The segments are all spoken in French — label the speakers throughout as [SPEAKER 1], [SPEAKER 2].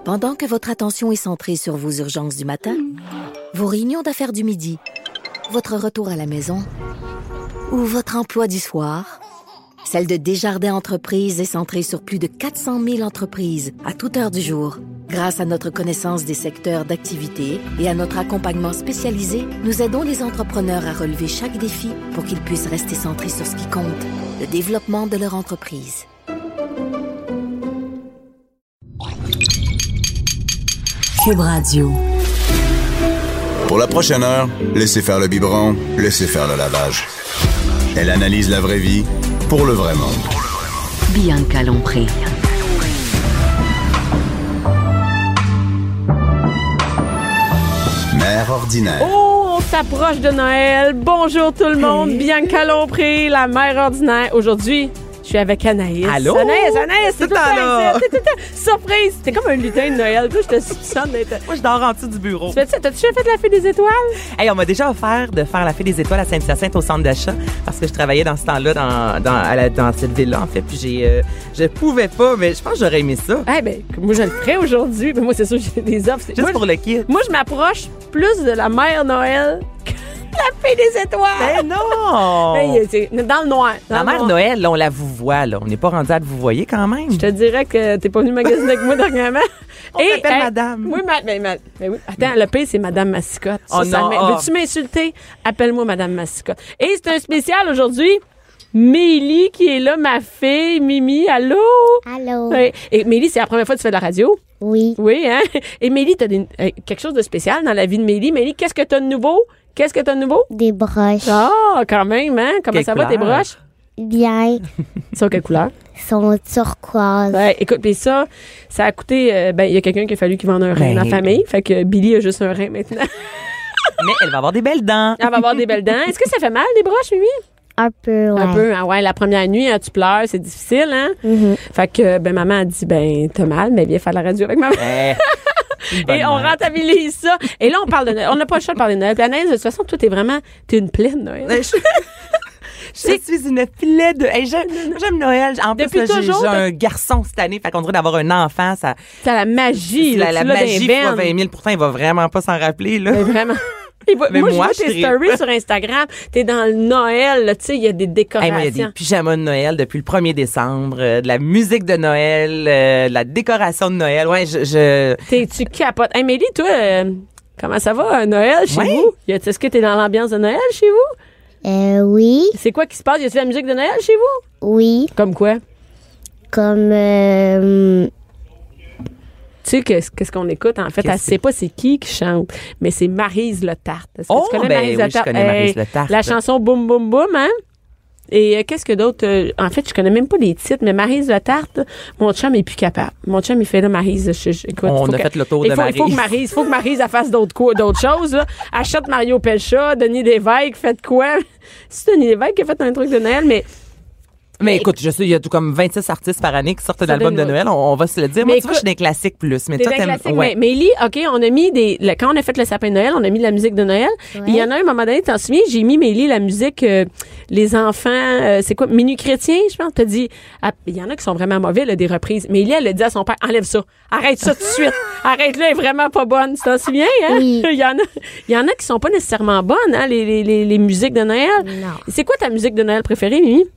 [SPEAKER 1] Pendant que votre attention est centrée sur vos urgences du matin, vos réunions d'affaires du midi, votre retour à la maison ou votre emploi du soir, celle de Desjardins Entreprises est centrée sur plus de 400 000 entreprises à toute heure du jour. Grâce à notre connaissance des secteurs d'activité et à notre accompagnement spécialisé, nous aidons les entrepreneurs à relever chaque défi pour qu'ils puissent rester centrés sur ce qui compte, le développement de leur entreprise.
[SPEAKER 2] Cube Radio.
[SPEAKER 3] Pour la prochaine heure, laissez faire le biberon, laissez faire le lavage. Elle analyse la vraie vie pour le vrai monde.
[SPEAKER 2] Bianca Lompré.
[SPEAKER 3] Mère ordinaire.
[SPEAKER 4] Oh, on s'approche de Noël. Bonjour tout le monde. Bianca Lompré, la mère ordinaire. Aujourd'hui, je suis avec Anaïs.
[SPEAKER 5] Allô?
[SPEAKER 4] Anaïs, c'est tout
[SPEAKER 5] là.
[SPEAKER 4] surprise. T'es comme un lutin de Noël. Toi, je te soupçonne d'être...
[SPEAKER 5] Moi, je dors en dessous du bureau.
[SPEAKER 4] T'as-tu déjà fait la Fée des Étoiles?
[SPEAKER 5] Hey, on m'a déjà offert de faire la Fée des Étoiles à Saint-Hyacinthe au centre d'achat parce que je travaillais dans ce temps-là dans cette ville-là, en fait. Puis je pouvais pas, mais je pense que j'aurais aimé ça.
[SPEAKER 4] Eh ben, moi, je le ferais aujourd'hui. Mais moi, c'est sûr, j'ai des offres.
[SPEAKER 5] Juste pour le kit.
[SPEAKER 4] Moi, je m'approche plus de la mère Noël que la Fée des Étoiles.
[SPEAKER 5] Mais non!
[SPEAKER 4] Hey, c'est dans le noir.
[SPEAKER 5] La mère Noël, là, on la vous voit, là. On n'est pas rendu à vous voyez quand même.
[SPEAKER 4] Je te dirais que t'es pas venu magasiner avec moi dernièrement.
[SPEAKER 5] On t'appelle madame.
[SPEAKER 4] Oui, mais oui. Attends, le pire, c'est Madame Massicotte.
[SPEAKER 5] Oh non.
[SPEAKER 4] Veux-tu m'insulter? Appelle-moi Madame Massicotte. Et c'est un spécial aujourd'hui. Mélie qui est là, ma fille. Mimi, allô?
[SPEAKER 6] Allô?
[SPEAKER 4] Oui. Et Mélie, c'est la première fois que tu fais de la radio?
[SPEAKER 6] Oui.
[SPEAKER 4] Oui, hein? Et Mélie, t'as quelque chose de spécial dans la vie de Mélie. Mélie, qu'est-ce que t'as de nouveau?
[SPEAKER 6] Des broches.
[SPEAKER 4] Ah, quand même, hein? Comment
[SPEAKER 5] Quelle
[SPEAKER 4] ça va, tes
[SPEAKER 5] couleur?
[SPEAKER 4] broches?
[SPEAKER 6] Bien.
[SPEAKER 4] Ils sont quelle couleur?
[SPEAKER 6] Sont turquoises.
[SPEAKER 4] Ouais, écoute, puis ça a coûté... il y a quelqu'un qui a fallu qu'il vende un rein dans la famille. Fait que Billy a juste un rein maintenant.
[SPEAKER 5] Mais elle va avoir des belles dents.
[SPEAKER 4] Elle va avoir des belles dents. Est-ce que ça fait mal, les broches, Mimi?
[SPEAKER 6] Un peu, ouais.
[SPEAKER 4] Un peu, ah ouais. La première nuit, hein, tu pleures, c'est difficile, hein?
[SPEAKER 6] Mhm.
[SPEAKER 4] Fait que, maman a dit, t'as mal, mais viens faire la radio avec maman. Et on rentabilise ça. Et là, on parle de Noël. On n'a pas le choix de parler de Noël. Puis Anaïs, de toute façon, toi, t'es une plaie de Noël.
[SPEAKER 5] Je suis une filet de... Hey, j'aime Noël. En
[SPEAKER 4] Depuis
[SPEAKER 5] plus, là,
[SPEAKER 4] toujours,
[SPEAKER 5] j'ai un garçon cette année. Fait qu'on dirait d'avoir un enfant.
[SPEAKER 4] C'est la magie.
[SPEAKER 5] La
[SPEAKER 4] tu l'as
[SPEAKER 5] magie
[SPEAKER 4] dans les
[SPEAKER 5] fois
[SPEAKER 4] veines.
[SPEAKER 5] 20 000. Pourtant, il va vraiment pas s'en rappeler, là.
[SPEAKER 4] Mais vraiment.
[SPEAKER 5] Mais
[SPEAKER 4] moi, je vois
[SPEAKER 5] je
[SPEAKER 4] tes
[SPEAKER 5] tripe.
[SPEAKER 4] stories sur Instagram. T'es dans le Noël, là, tu sais, il y a des
[SPEAKER 5] Hey,
[SPEAKER 4] décorations.
[SPEAKER 5] moi, il y a des pyjamas de Noël depuis le 1er décembre, de la musique de Noël, de la décoration de Noël. Ouais,
[SPEAKER 4] Tu capotes. Hey, Mélie, toi, comment ça va, Noël, chez
[SPEAKER 5] Ouais.
[SPEAKER 4] vous? Est-ce que t'es dans l'ambiance de Noël chez vous?
[SPEAKER 6] Oui.
[SPEAKER 4] C'est quoi qui se passe? Y a-tu de la musique de Noël chez vous?
[SPEAKER 6] Oui.
[SPEAKER 4] Comme quoi?
[SPEAKER 6] Comme,
[SPEAKER 4] Tu sais, qu'est-ce qu'on écoute? En fait, elle sait pas c'est qui chante, mais c'est Maryse Le Tarte. Est-ce que
[SPEAKER 5] Oh,
[SPEAKER 4] tu connais
[SPEAKER 5] ben
[SPEAKER 4] Maryse
[SPEAKER 5] oui,
[SPEAKER 4] Le Tarte?
[SPEAKER 5] je connais Maryse Le Tarte.
[SPEAKER 4] La chanson Boum Boum Boum, hein? Et qu'est-ce que d'autre? En fait, je connais même pas les titres, mais Maryse Le Tarte, mon chum est plus capable. Mon chum, il fait là, Maryse, écoute.
[SPEAKER 5] On a fait le tour de Maryse.
[SPEAKER 4] Il faut que Maryse elle fasse d'autres choses, là. Achète Mario Pelcha, Denis Lévesque, faites quoi? C'est Denis Lévesque qui a fait un truc de Noël,
[SPEAKER 5] Mais écoute, je sais, il y a tout comme 26 artistes par année qui sortent d'albums de Noël. On va se le dire. Moi,
[SPEAKER 4] Mais
[SPEAKER 5] tu vois, je suis des classiques plus. Mais
[SPEAKER 4] c'est
[SPEAKER 5] toi,
[SPEAKER 4] des
[SPEAKER 5] t'aimes...
[SPEAKER 4] classiques,
[SPEAKER 5] Ouais.
[SPEAKER 4] mais Ellie, OK, on a mis quand on a fait le sapin de Noël, on a mis de la musique de Noël.
[SPEAKER 6] Ouais.
[SPEAKER 4] Il y en a un moment donné, t'en souviens, j'ai mis, Mélie, la musique, les enfants, c'est quoi, Minuit chrétien, je pense, t'as dit, il y en a qui sont vraiment mauvais, là, des reprises. Mais Ellie, elle a dit à son père, enlève ça, arrête ça tout de suite, arrête-le, elle est vraiment pas bonne. Tu t'en souviens, hein?
[SPEAKER 6] Oui.
[SPEAKER 4] il y en a qui sont pas nécessairement bonnes, hein, les musiques de Noël.
[SPEAKER 6] Non.
[SPEAKER 4] C'est quoi ta musique de Noël préférée, Mimi?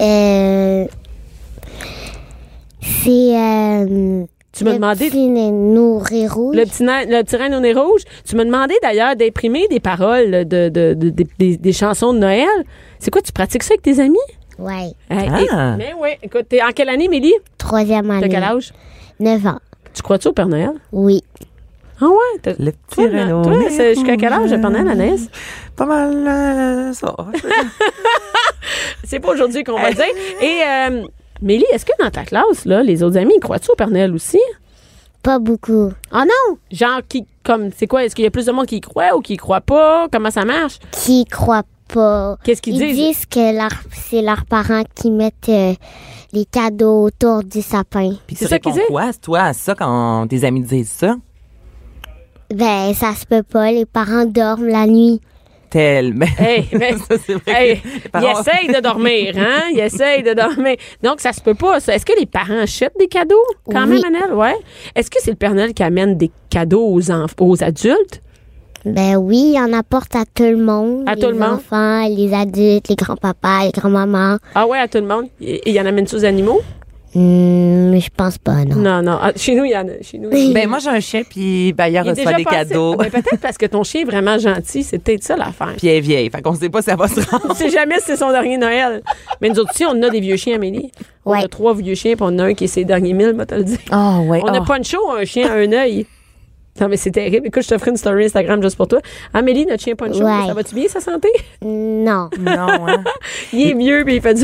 [SPEAKER 6] c'est,
[SPEAKER 4] Tu m'as demandé...
[SPEAKER 6] petit nourri rouge.
[SPEAKER 4] Le petit reine au nez rouge. Tu m'as demandé d'ailleurs d'imprimer des paroles des chansons de Noël. C'est quoi, tu pratiques ça avec tes amis?
[SPEAKER 6] Ouais.
[SPEAKER 4] Mais oui, écoute, t'es en quelle année, Mélie?
[SPEAKER 6] 3e année.
[SPEAKER 4] T'as quel âge?
[SPEAKER 6] 9 ans.
[SPEAKER 4] Tu crois-tu au Père Noël?
[SPEAKER 6] Oui.
[SPEAKER 4] Ah ouais?
[SPEAKER 5] Le petit
[SPEAKER 4] Toi,
[SPEAKER 5] Renaud.
[SPEAKER 4] toi, c'est jusqu'à quel âge le Père Noël, Anaïs?
[SPEAKER 5] Pas mal ça.
[SPEAKER 4] C'est pas aujourd'hui qu'on va dire. Et, Mélie, est-ce que dans ta classe, là, les autres amis, crois-tu au Père Noël aussi?
[SPEAKER 6] Pas beaucoup.
[SPEAKER 4] Ah non? Genre, c'est quoi? Est-ce qu'il y a plus de monde qui y croit ou qui y croit pas? Comment ça marche?
[SPEAKER 6] Qui croient pas.
[SPEAKER 4] Qu'est-ce qu'ils
[SPEAKER 6] Ils
[SPEAKER 4] disent?
[SPEAKER 6] disent que c'est leurs parents qui mettent les cadeaux autour du sapin.
[SPEAKER 5] Puis
[SPEAKER 4] C'est
[SPEAKER 5] tu
[SPEAKER 4] ça qu'ils
[SPEAKER 5] réponds
[SPEAKER 4] disent?
[SPEAKER 5] quoi, toi, à ça quand tes amis disent ça?
[SPEAKER 6] Ben, ça se peut pas. Les parents dorment la nuit.
[SPEAKER 5] tellement.
[SPEAKER 4] Hey, mais,
[SPEAKER 5] Ça, c'est vrai
[SPEAKER 4] hey,
[SPEAKER 5] que les
[SPEAKER 4] il
[SPEAKER 5] parents-
[SPEAKER 4] essaye de dormir, hein? Il essaye de dormir. Donc, ça se peut pas, ça. Est-ce que les parents achètent des cadeaux, quand
[SPEAKER 6] Oui.
[SPEAKER 4] même, Annelle? Ouais. Est-ce que c'est le Père Noël qui amène des cadeaux aux adultes?
[SPEAKER 6] Ben oui, il en apporte à tout le monde.
[SPEAKER 4] À tout le
[SPEAKER 6] Les
[SPEAKER 4] monde?
[SPEAKER 6] enfants, les adultes, les grands-papas, les grands-mamans.
[SPEAKER 4] Ah ouais, à tout le monde? Et il y en amène-tu aux animaux?
[SPEAKER 6] Je pense pas, non.
[SPEAKER 4] Non, non. Ah, chez nous, il y en a. Chez nous,
[SPEAKER 5] Ben, moi, j'ai un chien, puis ben, il
[SPEAKER 4] il est
[SPEAKER 5] reçoit
[SPEAKER 4] déjà
[SPEAKER 5] des
[SPEAKER 4] passé.
[SPEAKER 5] cadeaux.
[SPEAKER 4] Ben, peut-être parce que ton chien est vraiment gentil. C'est peut-être ça l'affaire.
[SPEAKER 5] Puis elle est vieille. Fait qu'on sait pas si ça va se
[SPEAKER 4] On
[SPEAKER 5] rendre.
[SPEAKER 4] sait jamais si c'est son dernier Noël. Mais nous autres aussi, on a des vieux chiens, Amélie. On
[SPEAKER 6] Ouais.
[SPEAKER 4] a 3 vieux chiens, puis on a un qui est ses derniers 1000, moi, te le dire.
[SPEAKER 5] Oh, ouais.
[SPEAKER 4] On a pas une show, un chien à un œil. Non, mais c'est terrible. Écoute, je te ferai une story Instagram juste pour toi. Amélie, notre chien Poncho,
[SPEAKER 6] Ouais.
[SPEAKER 4] ça va-tu bien, sa santé?
[SPEAKER 6] Non.
[SPEAKER 5] Non, hein.
[SPEAKER 4] Il est vieux, puis il fait du...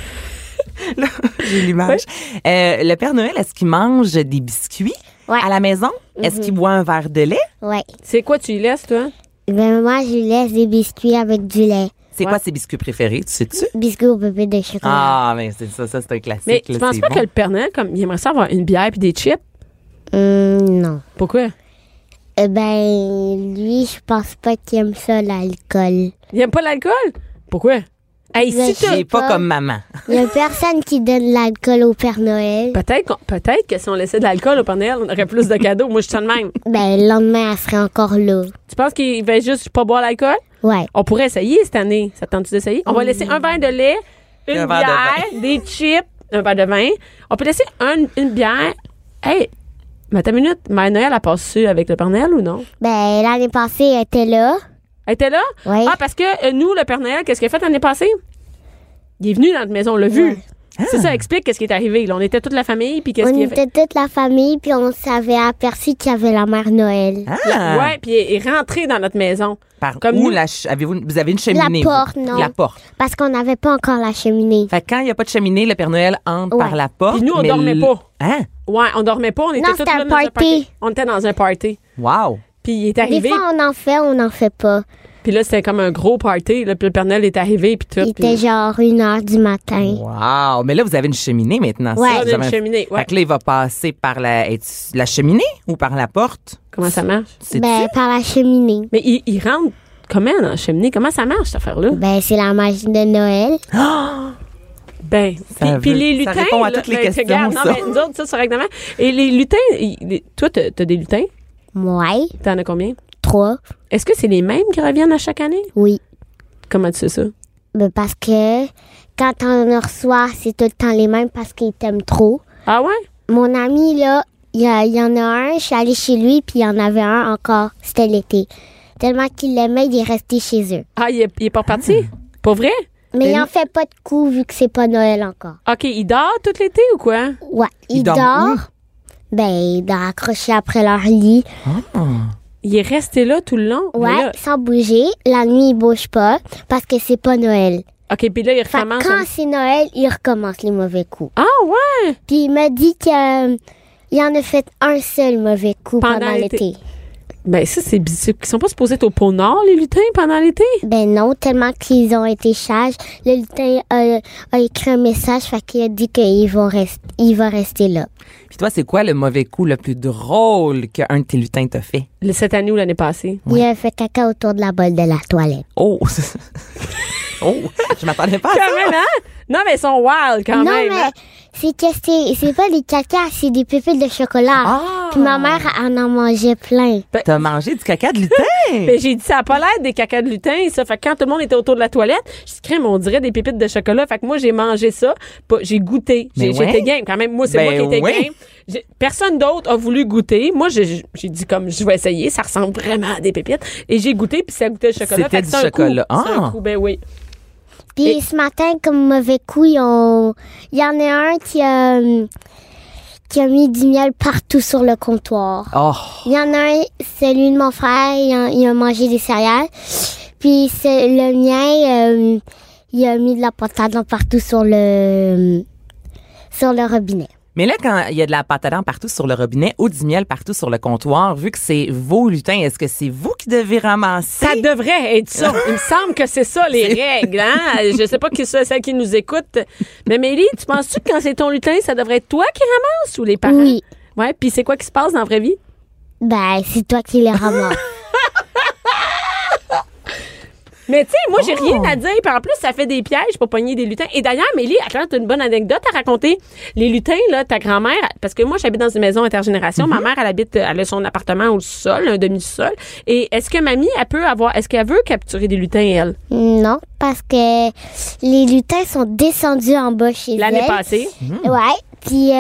[SPEAKER 5] J'ai l'image. Le Père Noël, est-ce qu'il mange des biscuits
[SPEAKER 6] Ouais.
[SPEAKER 5] à la maison? Est-ce qu'il boit un verre de lait?
[SPEAKER 6] Ouais.
[SPEAKER 4] C'est quoi, tu y laisses, toi?
[SPEAKER 6] Ben moi, je lui laisse des biscuits avec du lait.
[SPEAKER 5] C'est quoi ses biscuits préférés, tu sais-tu?
[SPEAKER 6] Biscuits au bébé de chocolat.
[SPEAKER 5] Ah, mais c'est ça, c'est un classique.
[SPEAKER 4] Mais tu
[SPEAKER 5] là,
[SPEAKER 4] penses
[SPEAKER 5] c'est
[SPEAKER 4] pas
[SPEAKER 5] bon.
[SPEAKER 4] que le Père Noël, comme, il aimerait ça avoir une bière puis des chips?
[SPEAKER 6] Non.
[SPEAKER 4] Pourquoi?
[SPEAKER 6] Ben, lui, je pense pas qu'il aime ça, l'alcool.
[SPEAKER 4] Il aime pas l'alcool? Pourquoi? Hey,
[SPEAKER 6] Ben,
[SPEAKER 4] si t'as...
[SPEAKER 5] J'ai pas
[SPEAKER 6] pas.
[SPEAKER 5] comme maman.
[SPEAKER 6] Il y a personne qui donne l'alcool au Père Noël.
[SPEAKER 4] Peut-être que si on laissait de l'alcool au Père Noël, on aurait plus de cadeaux. Moi, je suis ça de même.
[SPEAKER 6] Ben, le lendemain, elle serait encore là.
[SPEAKER 4] Tu penses qu'il va juste pas boire l'alcool?
[SPEAKER 6] Ouais.
[SPEAKER 4] On pourrait essayer cette année. Ça te tente-tu d'essayer? On va laisser un verre de lait, une
[SPEAKER 5] Un verre de
[SPEAKER 4] bière, des chips, un verre de vin. On peut laisser une bière. Hey, mais attends une minute. Mère Noël a passé avec le Père Noël ou non?
[SPEAKER 6] Ben, l'année passée, elle était là.
[SPEAKER 4] Elle était là?
[SPEAKER 6] Ouais.
[SPEAKER 4] Ah, parce que nous, le Père Noël, qu'est-ce qu'il a fait l'année passée? Il est venu dans notre maison, on l'a vu.
[SPEAKER 6] Ouais.
[SPEAKER 4] C'est ça, explique qu'est-ce qui est arrivé. Là, on était toute la famille, puis qu'est-ce
[SPEAKER 6] On
[SPEAKER 4] qu'il a fait?
[SPEAKER 6] était toute la famille, puis on s'avait aperçu qu'il y avait la mère Noël.
[SPEAKER 5] Ah!
[SPEAKER 4] Ouais, puis il est rentré dans notre maison.
[SPEAKER 5] Par
[SPEAKER 4] Comme
[SPEAKER 5] où
[SPEAKER 4] nous.
[SPEAKER 5] vous avez une cheminée?
[SPEAKER 6] La porte,
[SPEAKER 5] vous?
[SPEAKER 6] non.
[SPEAKER 5] La porte.
[SPEAKER 6] Parce qu'on n'avait pas encore la cheminée.
[SPEAKER 5] Fait que quand il n'y a pas de cheminée, le Père Noël entre
[SPEAKER 6] Ouais.
[SPEAKER 5] par la porte.
[SPEAKER 4] Puis nous, on
[SPEAKER 5] mais
[SPEAKER 4] dormait pas.
[SPEAKER 5] Hein?
[SPEAKER 4] Ouais, on dormait pas, on était
[SPEAKER 6] Non,
[SPEAKER 4] toutes
[SPEAKER 6] c'était
[SPEAKER 4] là
[SPEAKER 6] un
[SPEAKER 4] dans un
[SPEAKER 6] party.
[SPEAKER 4] On était dans un party.
[SPEAKER 5] Wow!
[SPEAKER 4] Puis il est
[SPEAKER 6] Des
[SPEAKER 4] arrivé,
[SPEAKER 6] fois, on en fait pas.
[SPEAKER 4] puis là, c'était comme un gros party. Là, puis le Père Noël est arrivé, puis tout.
[SPEAKER 6] Il
[SPEAKER 4] puis-
[SPEAKER 6] était genre 1h du matin.
[SPEAKER 5] Wow! Mais là, vous avez une cheminée maintenant.
[SPEAKER 6] Ouais.
[SPEAKER 5] ça.
[SPEAKER 4] On
[SPEAKER 5] Vous
[SPEAKER 4] a
[SPEAKER 5] avez
[SPEAKER 4] une cheminée, ouais.
[SPEAKER 5] Fait que là, il va passer par la cheminée ou par la porte?
[SPEAKER 4] Comment ça marche?
[SPEAKER 5] C'est
[SPEAKER 6] Ben, par la cheminée.
[SPEAKER 4] Mais il rentre comment dans la cheminée? Comment ça marche, cette affaire-là?
[SPEAKER 6] Ben, c'est la magie de Noël.
[SPEAKER 4] Ben,
[SPEAKER 5] Ça
[SPEAKER 4] puis
[SPEAKER 5] veut-
[SPEAKER 4] les
[SPEAKER 5] ça
[SPEAKER 4] lutins...
[SPEAKER 5] répond à
[SPEAKER 4] là,
[SPEAKER 5] toutes les
[SPEAKER 4] ben,
[SPEAKER 5] questions,
[SPEAKER 4] regarde, non,
[SPEAKER 5] ça.
[SPEAKER 4] mais nous autres, ça, c'est règlement. Et les lutins, toi, t'as des lutins?
[SPEAKER 6] Ouais.
[SPEAKER 4] T'en as combien?
[SPEAKER 6] 3.
[SPEAKER 4] Est-ce que c'est les mêmes qui reviennent à chaque année?
[SPEAKER 6] Oui.
[SPEAKER 4] Comment tu sais ça?
[SPEAKER 6] Ben, parce que quand on en reçoit, c'est tout le temps les mêmes parce qu'ils t'aiment trop.
[SPEAKER 4] Ah ouais?
[SPEAKER 6] Mon ami, là, il y en a un, je suis allée chez lui, puis il y en avait un encore. C'était l'été. Tellement qu'il l'aimait, il est resté chez eux.
[SPEAKER 4] Ah, il est pas reparti? Pas vrai?
[SPEAKER 6] Mais
[SPEAKER 4] Et
[SPEAKER 6] il
[SPEAKER 4] nous-
[SPEAKER 6] en fait pas de coup vu que c'est pas Noël encore.
[SPEAKER 4] OK, il dort tout l'été ou quoi?
[SPEAKER 6] Ouais, il
[SPEAKER 5] dort
[SPEAKER 6] dort.
[SPEAKER 5] où?
[SPEAKER 6] Ben, il dort accroché après leur lit.
[SPEAKER 4] Il est resté là tout le long? Mais
[SPEAKER 6] Ouais,
[SPEAKER 4] là-
[SPEAKER 6] sans bouger. La nuit, il bouge pas parce que c'est pas Noël.
[SPEAKER 4] OK, puis là, il
[SPEAKER 6] Fait que
[SPEAKER 4] recommence.
[SPEAKER 6] quand c'est Noël, il recommence les mauvais coups.
[SPEAKER 4] Ah ouais?
[SPEAKER 6] Puis il m'a dit que il en a fait un seul mauvais coup
[SPEAKER 4] Pendant
[SPEAKER 6] pendant
[SPEAKER 4] l'été.
[SPEAKER 6] l'été.
[SPEAKER 4] Ben ça, c'est bizarre. Ils sont pas supposés être au pôle Nord, les lutins, pendant l'été?
[SPEAKER 6] Ben non, tellement qu'ils ont été sages. Le lutin a écrit un message, fait qu'il a dit qu'il va rester là.
[SPEAKER 5] Puis toi, c'est quoi le mauvais coup le plus drôle qu'un de tes lutins t'a fait?
[SPEAKER 4] Cette année ou l'année passée?
[SPEAKER 6] Il a fait caca autour de la bolle de la toilette.
[SPEAKER 5] Oh! Oh! Je m'attendais pas à ça.
[SPEAKER 4] Quand même, hein? Non, mais ils sont wild quand
[SPEAKER 6] non,
[SPEAKER 4] même.
[SPEAKER 6] mais
[SPEAKER 4] hein?
[SPEAKER 6] c'est que c'est pas des caca, c'est des pépites de chocolat.
[SPEAKER 5] Ah!
[SPEAKER 6] Puis ma mère en mangeait plein.
[SPEAKER 5] T'as mangé du caca de lutin?
[SPEAKER 4] Ben, j'ai dit, ça a pas l'air des cacas de lutin, ça. Fait que quand tout le monde était autour de la toilette, je dis, crème, on dirait des pépites de chocolat. Fait que moi, j'ai mangé ça. J'ai goûté.
[SPEAKER 5] Mais
[SPEAKER 4] J'étais
[SPEAKER 5] ouais.
[SPEAKER 4] game. Quand même, moi, c'est
[SPEAKER 5] Ben
[SPEAKER 4] moi qui étais
[SPEAKER 5] oui.
[SPEAKER 4] game. Personne d'autre a voulu goûter. Moi, j'ai dit, comme, je vais essayer. Ça ressemble vraiment à des pépites. Et j'ai goûté, puis ça goûtait le chocolat.
[SPEAKER 5] C'était
[SPEAKER 4] Fait que
[SPEAKER 5] du
[SPEAKER 4] c'est un
[SPEAKER 5] chocolat.
[SPEAKER 4] coup. C'est un
[SPEAKER 5] Ah.
[SPEAKER 4] coup, ben oui.
[SPEAKER 6] Puis
[SPEAKER 4] Et-
[SPEAKER 6] ce matin, comme mauvais coup, il y en a un qui a mis du miel partout sur le comptoir.
[SPEAKER 5] Oh!
[SPEAKER 6] Il y en a un, celui de mon frère, il a mangé des céréales. Puis c'est le mien, il a mis de la pâte à dents partout sur le robinet.
[SPEAKER 5] Mais là, quand il y a de la pâte à dents partout sur le robinet ou du miel partout sur le comptoir, vu que c'est vos lutins, est-ce que c'est vous qui devez ramasser?
[SPEAKER 4] Ça devrait être ça. Il me semble que c'est ça, les règles. Hein? Je sais pas qui c'est celle qui nous écoute. Mais Mélie, tu penses-tu que quand c'est ton lutin, ça devrait être toi qui ramasse ou les parents?
[SPEAKER 6] Oui.
[SPEAKER 4] Ouais, puis c'est quoi qui se passe dans la vraie vie?
[SPEAKER 6] Ben, c'est toi qui les ramasses.
[SPEAKER 4] Mais tu sais, moi, j'ai rien à dire. Puis en plus, ça fait des pièges pour pogner des lutins. Et d'ailleurs, Mélie, attends, t'as une bonne anecdote à raconter. Les lutins, là, ta grand-mère, parce que moi, j'habite dans une maison intergénération. Ma mère, elle a son appartement au sol, un demi-sol. Et est-ce que mamie, est-ce qu'elle veut capturer des lutins, elle?
[SPEAKER 6] Non, parce que les lutins sont descendus en bas chez elle.
[SPEAKER 4] L'année passée.
[SPEAKER 6] Ouais. Puis,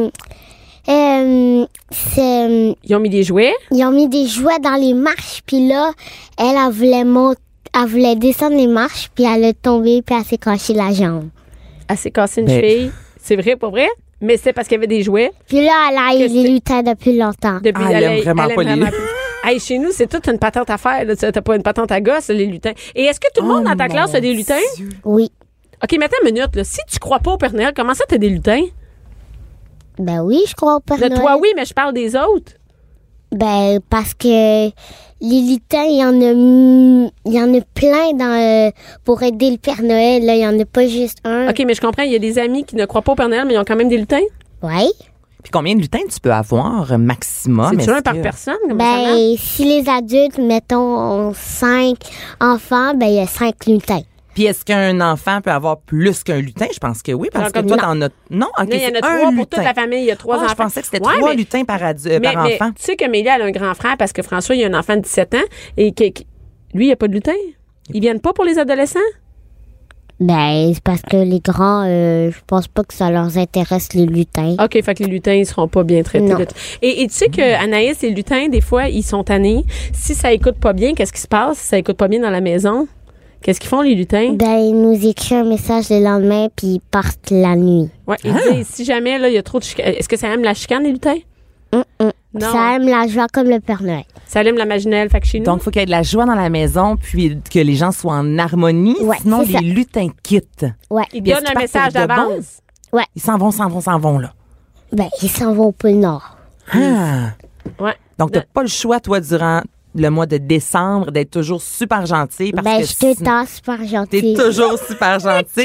[SPEAKER 4] Ils ont mis des jouets.
[SPEAKER 6] ils ont mis des jouets dans les marches. Puis là, elle voulait descendre les marches. Puis elle a tombé. Puis elle s'est cachée la jambe.
[SPEAKER 4] Elle s'est cassée une cheville. C'est vrai, pas vrai? Mais c'est parce qu'il y avait des jouets.
[SPEAKER 6] Puis là, elle a eu les lutins depuis longtemps.
[SPEAKER 4] Depuis,
[SPEAKER 5] elle aime vraiment pas les lutins.
[SPEAKER 4] Hey, chez nous, c'est toute une patente à faire. Là. T'as pas une patente à gosse, les lutins. Et est-ce que tout le monde dans ta classe a des lutins?
[SPEAKER 6] Oui.
[SPEAKER 4] OK, mais attends une minute. Là. Si tu crois pas au Père Noël, comment ça t'as des lutins?
[SPEAKER 6] Ben oui, je crois au Père Noël.
[SPEAKER 4] Toi, oui, mais je parle des autres.
[SPEAKER 6] Ben, parce que les lutins, il y en a plein pour aider le Père Noël. Là. Il y en a pas juste un.
[SPEAKER 4] OK, mais je comprends. Il y a des amis qui ne croient pas au Père Noël, mais ils ont quand même des lutins.
[SPEAKER 6] Oui.
[SPEAKER 5] Puis combien de lutins tu peux avoir maximum?
[SPEAKER 4] C'est-tu un par personne? Comment ça marche?
[SPEAKER 6] Ben, si les adultes, mettons, ont 5 enfants, ben, il y a 5 lutins.
[SPEAKER 5] Puis est-ce qu'un enfant peut avoir plus qu'un lutin? Je pense que oui, parce que toi, t'en as... Non, OK,
[SPEAKER 4] il y en
[SPEAKER 5] c'est
[SPEAKER 4] a 3
[SPEAKER 5] un
[SPEAKER 4] pour toute
[SPEAKER 5] lutin.
[SPEAKER 4] la famille. Il y a 3 enfants.
[SPEAKER 5] Je pensais que c'était
[SPEAKER 4] Ouais,
[SPEAKER 5] 3
[SPEAKER 4] mais-
[SPEAKER 5] lutins par
[SPEAKER 4] Mais
[SPEAKER 5] enfant.
[SPEAKER 4] tu sais que Mélie, elle a un grand frère parce que François, il a un enfant de 17 ans et lui, il n'y a pas de lutin. Ils viennent pas pour les adolescents?
[SPEAKER 6] Ben, c'est parce que les grands, je pense pas que ça leur intéresse, les lutins.
[SPEAKER 4] OK, fait que les lutins, ils seront pas bien traités.
[SPEAKER 6] Non.
[SPEAKER 4] Et tu sais que Anaïs, les lutins, des fois, ils sont tannés. Si ça écoute pas bien, qu'est-ce qui se passe? Si ça écoute pas bien dans la maison, qu'est-ce qu'ils font, les lutins?
[SPEAKER 6] Ben, ils nous écrivent un message le lendemain, puis ils partent la nuit.
[SPEAKER 4] Ouais, ils disent, si jamais, là, il y a trop de chicane. Est-ce que ça aime la chicane, les lutins? Non.
[SPEAKER 6] Ça aime la joie comme le Père Noël.
[SPEAKER 4] Ça aime la maginelle. Fait que chez nous.
[SPEAKER 5] Donc, il faut qu'il y ait de la joie dans la maison, puis que les gens soient en harmonie.
[SPEAKER 6] Ouais,
[SPEAKER 5] sinon,
[SPEAKER 6] c'est ça.
[SPEAKER 5] les lutins quittent.
[SPEAKER 6] Ouais.
[SPEAKER 4] ils
[SPEAKER 5] Puis est-ce
[SPEAKER 4] donnent
[SPEAKER 5] qu'ils
[SPEAKER 4] un message
[SPEAKER 5] partent de
[SPEAKER 4] d'avance.
[SPEAKER 5] Ils s'en vont, là.
[SPEAKER 6] Ben, ils s'en vont au pôle Nord.
[SPEAKER 5] Ah!
[SPEAKER 4] Ouais.
[SPEAKER 5] Donc, t'as pas le choix, toi, durant le mois de décembre, d'être toujours super gentil. Parce
[SPEAKER 6] Ben,
[SPEAKER 5] que
[SPEAKER 6] je suis tout le temps super gentille.
[SPEAKER 5] t'es toujours super gentil.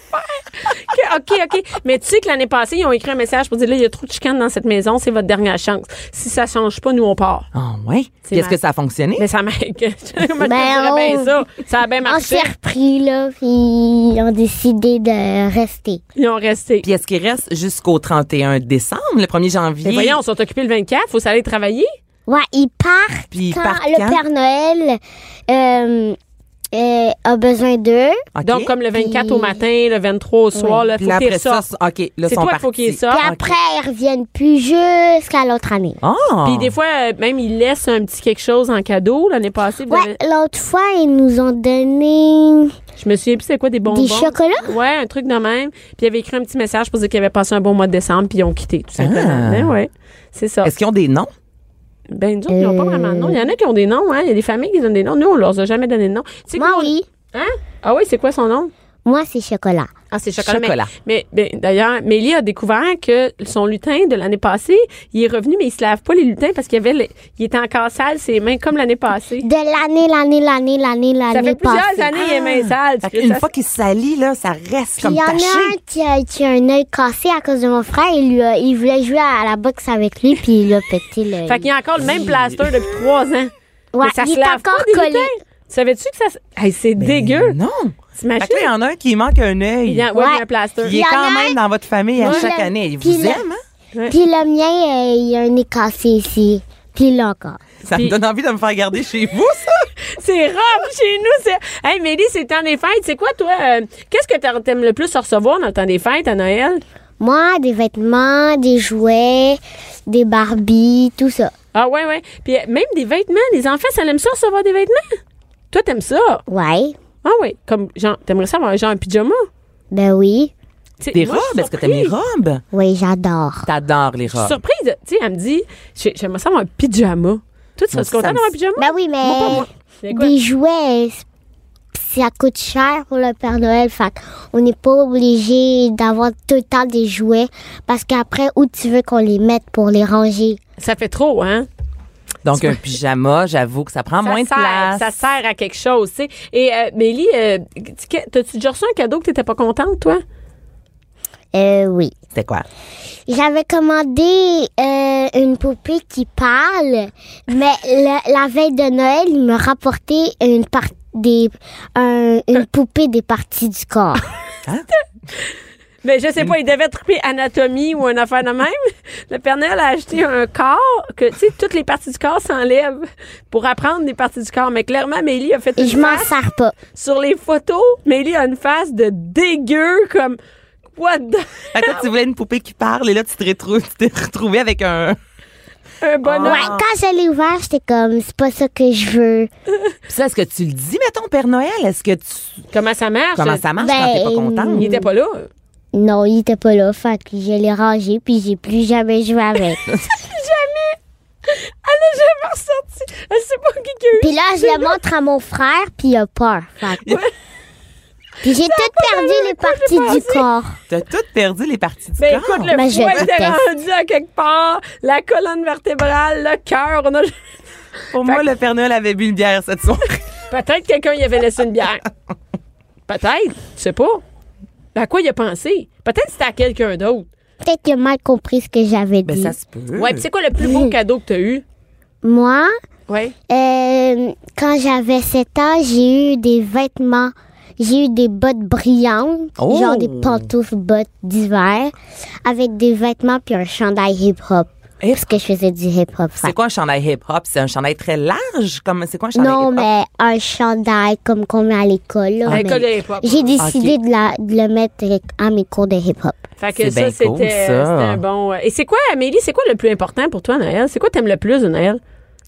[SPEAKER 4] OK. Mais tu sais que l'année passée, ils ont écrit un message pour dire, là, il y a trop de chicane dans cette maison, c'est votre dernière chance. Si ça change pas, nous, on part.
[SPEAKER 5] Ah, ouais.
[SPEAKER 4] C'est
[SPEAKER 5] Puis est-ce
[SPEAKER 4] mal.
[SPEAKER 5] que ça a fonctionné?
[SPEAKER 4] Mais ça m'a... Comment je te
[SPEAKER 6] Ben,
[SPEAKER 4] dirais bien ça? Ça a bien
[SPEAKER 6] On
[SPEAKER 4] marché.
[SPEAKER 6] s'est repris, là, puis ils ont décidé de rester.
[SPEAKER 4] Ils ont resté.
[SPEAKER 5] Puis est-ce qu'il reste jusqu'au 31 décembre, le 1er janvier?
[SPEAKER 4] Mais voyons, on s'est occupés le 24, faut s'aller travailler.
[SPEAKER 6] Ouais, ils partent
[SPEAKER 5] Puis ils
[SPEAKER 6] quand
[SPEAKER 5] partent
[SPEAKER 6] le
[SPEAKER 5] quand?
[SPEAKER 6] Père Noël a besoin d'eux.
[SPEAKER 5] OK.
[SPEAKER 4] Donc, comme le 24 au matin, le 23 au soir, là,
[SPEAKER 5] Puis
[SPEAKER 4] faut
[SPEAKER 5] là,
[SPEAKER 4] qu'ils
[SPEAKER 5] après ça,
[SPEAKER 4] ressortent.
[SPEAKER 5] OK, là,
[SPEAKER 4] C'est
[SPEAKER 5] sont
[SPEAKER 4] toi qu'il faut
[SPEAKER 5] partis.
[SPEAKER 4] qu'ils sortent.
[SPEAKER 6] Puis après, ils reviennent plus jusqu'à l'autre année.
[SPEAKER 5] Ah!
[SPEAKER 4] Puis des fois, même, ils laissent un petit quelque chose en cadeau. L'année passée, vous
[SPEAKER 6] Ouais,
[SPEAKER 4] avez-
[SPEAKER 6] l'autre fois, ils nous ont donné
[SPEAKER 4] je me souviens plus c'est quoi, des bonbons.
[SPEAKER 6] des chocolats.
[SPEAKER 4] Ouais, un truc de même. Puis ils avaient écrit un petit message pour dire qu'ils avaient passé un bon mois de décembre, puis ils ont quitté, tout simplement.
[SPEAKER 5] Ah.
[SPEAKER 4] Ben ouais, c'est ça.
[SPEAKER 5] Est-ce qu'ils ont des noms?
[SPEAKER 4] Ben, nous autres, ils n'ont pas vraiment de nom. Il y en a qui ont des noms, hein. Il y a des familles qui donnent des noms. Nous, on leur a jamais donné de nom. Tu sais
[SPEAKER 6] Moi,
[SPEAKER 4] que nous,
[SPEAKER 6] oui.
[SPEAKER 4] Hein? Ah oui, c'est quoi son nom?
[SPEAKER 6] Moi, c'est chocolat.
[SPEAKER 4] Ah, c'est chocolat.
[SPEAKER 5] Chocolat.
[SPEAKER 4] Mais d'ailleurs, Mélie a découvert que son lutin de l'année passée, il est revenu, mais il se lave pas les lutins parce qu'il il était encore sale, ses mains, comme l'année passée.
[SPEAKER 6] De l'année
[SPEAKER 4] Ça fait plusieurs
[SPEAKER 6] passée.
[SPEAKER 4] années qu'il est main sale.
[SPEAKER 5] Fait qu'une fois qu'il se salit, là, ça reste
[SPEAKER 6] Puis
[SPEAKER 5] comme
[SPEAKER 6] il y en
[SPEAKER 5] taché.
[SPEAKER 6] a un qui a un œil cassé à cause de mon frère. Il voulait jouer à la boxe avec lui, puis il a pété l'œil.
[SPEAKER 4] Fait qu'il y a encore le même plaster depuis 3 ans.
[SPEAKER 6] Ouais,
[SPEAKER 4] Mais ça
[SPEAKER 6] il
[SPEAKER 4] se
[SPEAKER 6] est
[SPEAKER 4] lave
[SPEAKER 6] encore
[SPEAKER 4] pas des
[SPEAKER 6] collé.
[SPEAKER 4] lutins. Savais-tu que ça... Hey, c'est dégueu.
[SPEAKER 5] Non!
[SPEAKER 4] T'imagines?
[SPEAKER 5] Fait que là, il y en a un qui manque un œil.
[SPEAKER 4] Il y a,
[SPEAKER 6] Ouais.
[SPEAKER 4] il y a un plaster.
[SPEAKER 5] Il est
[SPEAKER 6] y en
[SPEAKER 5] quand
[SPEAKER 6] a
[SPEAKER 5] même dans votre famille à
[SPEAKER 6] Ouais.
[SPEAKER 5] chaque année. Il
[SPEAKER 6] Puis
[SPEAKER 5] vous
[SPEAKER 6] le-
[SPEAKER 5] aime, hein?
[SPEAKER 6] Puis le mien, il a un nez cassé ici. Puis là encore.
[SPEAKER 5] Ça
[SPEAKER 4] Puis-
[SPEAKER 5] me donne envie de me faire garder chez vous, ça!
[SPEAKER 4] C'est rough chez nous. Hey, Mélie, c'est le temps des fêtes. C'est quoi, toi? Qu'est-ce que t'aimes le plus recevoir dans le temps des fêtes à Noël?
[SPEAKER 6] Moi, des vêtements, des jouets, des Barbies, tout ça.
[SPEAKER 4] Ah, ouais. Puis même des vêtements. Les enfants, ça aime ça recevoir des vêtements? Toi, t'aimes ça?
[SPEAKER 6] Ouais.
[SPEAKER 4] Ah, ouais. Comme, genre, t'aimerais ça avoir genre un pyjama?
[SPEAKER 6] Ben oui.
[SPEAKER 4] T'sais,
[SPEAKER 5] Des
[SPEAKER 4] moi, je
[SPEAKER 5] robes?
[SPEAKER 4] suis
[SPEAKER 5] Est-ce que t'aimes les
[SPEAKER 4] surprise.
[SPEAKER 5] robes?
[SPEAKER 6] Oui, j'adore.
[SPEAKER 5] T'adores les
[SPEAKER 4] Je suis
[SPEAKER 5] robes.
[SPEAKER 4] surprise. Tu sais, elle me dit, j'aimerais ça avoir un pyjama. Toi, tu
[SPEAKER 5] Moi,
[SPEAKER 4] serais content
[SPEAKER 5] ça me-
[SPEAKER 4] d'avoir un pyjama?
[SPEAKER 6] Ben oui, mais
[SPEAKER 4] Moi, pas moi. C'est quoi?
[SPEAKER 6] des jouets, ça coûte cher pour le Père Noël. Fait on n'est pas obligé d'avoir tout le temps des jouets parce qu'après, où tu veux qu'on les mette pour les ranger?
[SPEAKER 4] Ça fait trop, hein?
[SPEAKER 5] Donc, un pyjama, j'avoue que ça prend moins de place.
[SPEAKER 4] Ça sert à quelque chose, tu sais. Et Mélie, t'as-tu déjà reçu un cadeau que t'étais pas contente, toi?
[SPEAKER 6] Oui.
[SPEAKER 5] C'était quoi?
[SPEAKER 6] J'avais commandé une poupée qui parle, mais la veille de Noël, il me rapportait une une poupée des parties du corps.
[SPEAKER 4] Mais je sais pas, il devait triper anatomie ou une affaire de même. Le Père Noël a acheté un corps que, tu sais, toutes les parties du corps s'enlèvent pour apprendre des parties du corps. Mais clairement, Amélie a fait
[SPEAKER 6] Et
[SPEAKER 4] une
[SPEAKER 6] je m'en
[SPEAKER 4] face.
[SPEAKER 6] sers pas.
[SPEAKER 4] Sur les photos, Amélie a une face de dégueu, comme, what the...
[SPEAKER 5] Fait que toi, tu voulais une poupée qui parle et là, tu t'es retrouvé avec un
[SPEAKER 4] bonhomme.
[SPEAKER 6] Ouais, quand je l'ai ouvert, j'étais comme, c'est pas ça que je veux.
[SPEAKER 5] Puis ça, est-ce que tu le dis, mettons, Père Noël? Est-ce que tu...
[SPEAKER 4] Comment ça marche?
[SPEAKER 5] Comment ça marche
[SPEAKER 6] Ben,
[SPEAKER 5] quand t'es pas contente?
[SPEAKER 4] Il était pas là.
[SPEAKER 6] Non, il était pas là. Fait que je l'ai rangé, puis j'ai plus jamais joué avec.
[SPEAKER 4] Elle a jamais ressorti. Elle sait pas qui a eu.
[SPEAKER 6] Puis là, je le montre à mon frère, puis il a peur. Fait que- Puis j'ai tout perdu les parties du corps.
[SPEAKER 5] T'as tout perdu les parties du
[SPEAKER 4] Ben
[SPEAKER 5] corps.
[SPEAKER 4] écoute, le
[SPEAKER 6] Ben, je
[SPEAKER 4] foie était
[SPEAKER 6] déteste.
[SPEAKER 4] rendu à quelque part, la colonne vertébrale, le cœur. On a...
[SPEAKER 5] Pour moi, le Père Noël avait bu une bière cette soirée.
[SPEAKER 4] Peut-être quelqu'un y avait laissé une bière. Peut-être, je sais pas. À quoi il a pensé? Peut-être que c'était à quelqu'un d'autre.
[SPEAKER 6] Peut-être qu'il a mal compris ce que j'avais
[SPEAKER 5] Ben,
[SPEAKER 6] dit.
[SPEAKER 5] ça se peut.
[SPEAKER 4] Ouais, puis c'est quoi le plus beau cadeau que t'as eu?
[SPEAKER 6] Moi,
[SPEAKER 4] Ouais.
[SPEAKER 6] quand j'avais 7 ans, j'ai eu des vêtements. J'ai eu des bottes brillantes,
[SPEAKER 5] Oh!
[SPEAKER 6] genre des pantoufles bottes d'hiver, avec des vêtements puis un chandail hip-hop.
[SPEAKER 5] Hip-
[SPEAKER 6] Parce que je faisais du hip-hop.
[SPEAKER 5] C'est quoi un chandail hip-hop? C'est un chandail très large? C'est quoi un chandail
[SPEAKER 6] Non,
[SPEAKER 5] hip-hop?
[SPEAKER 6] mais un chandail comme qu'on met à l'école. là,
[SPEAKER 4] À
[SPEAKER 6] mais
[SPEAKER 4] l'école de hip-hop.
[SPEAKER 6] J'ai décidé de le mettre à mes cours de hip-hop.
[SPEAKER 4] Fait que
[SPEAKER 5] C'est
[SPEAKER 4] ça,
[SPEAKER 5] bien
[SPEAKER 4] c'était
[SPEAKER 5] cool, ça.
[SPEAKER 4] c'était un bon... Et c'est quoi, Amélie, c'est quoi le plus important pour toi, Noël? C'est quoi t'aimes le plus de Noël?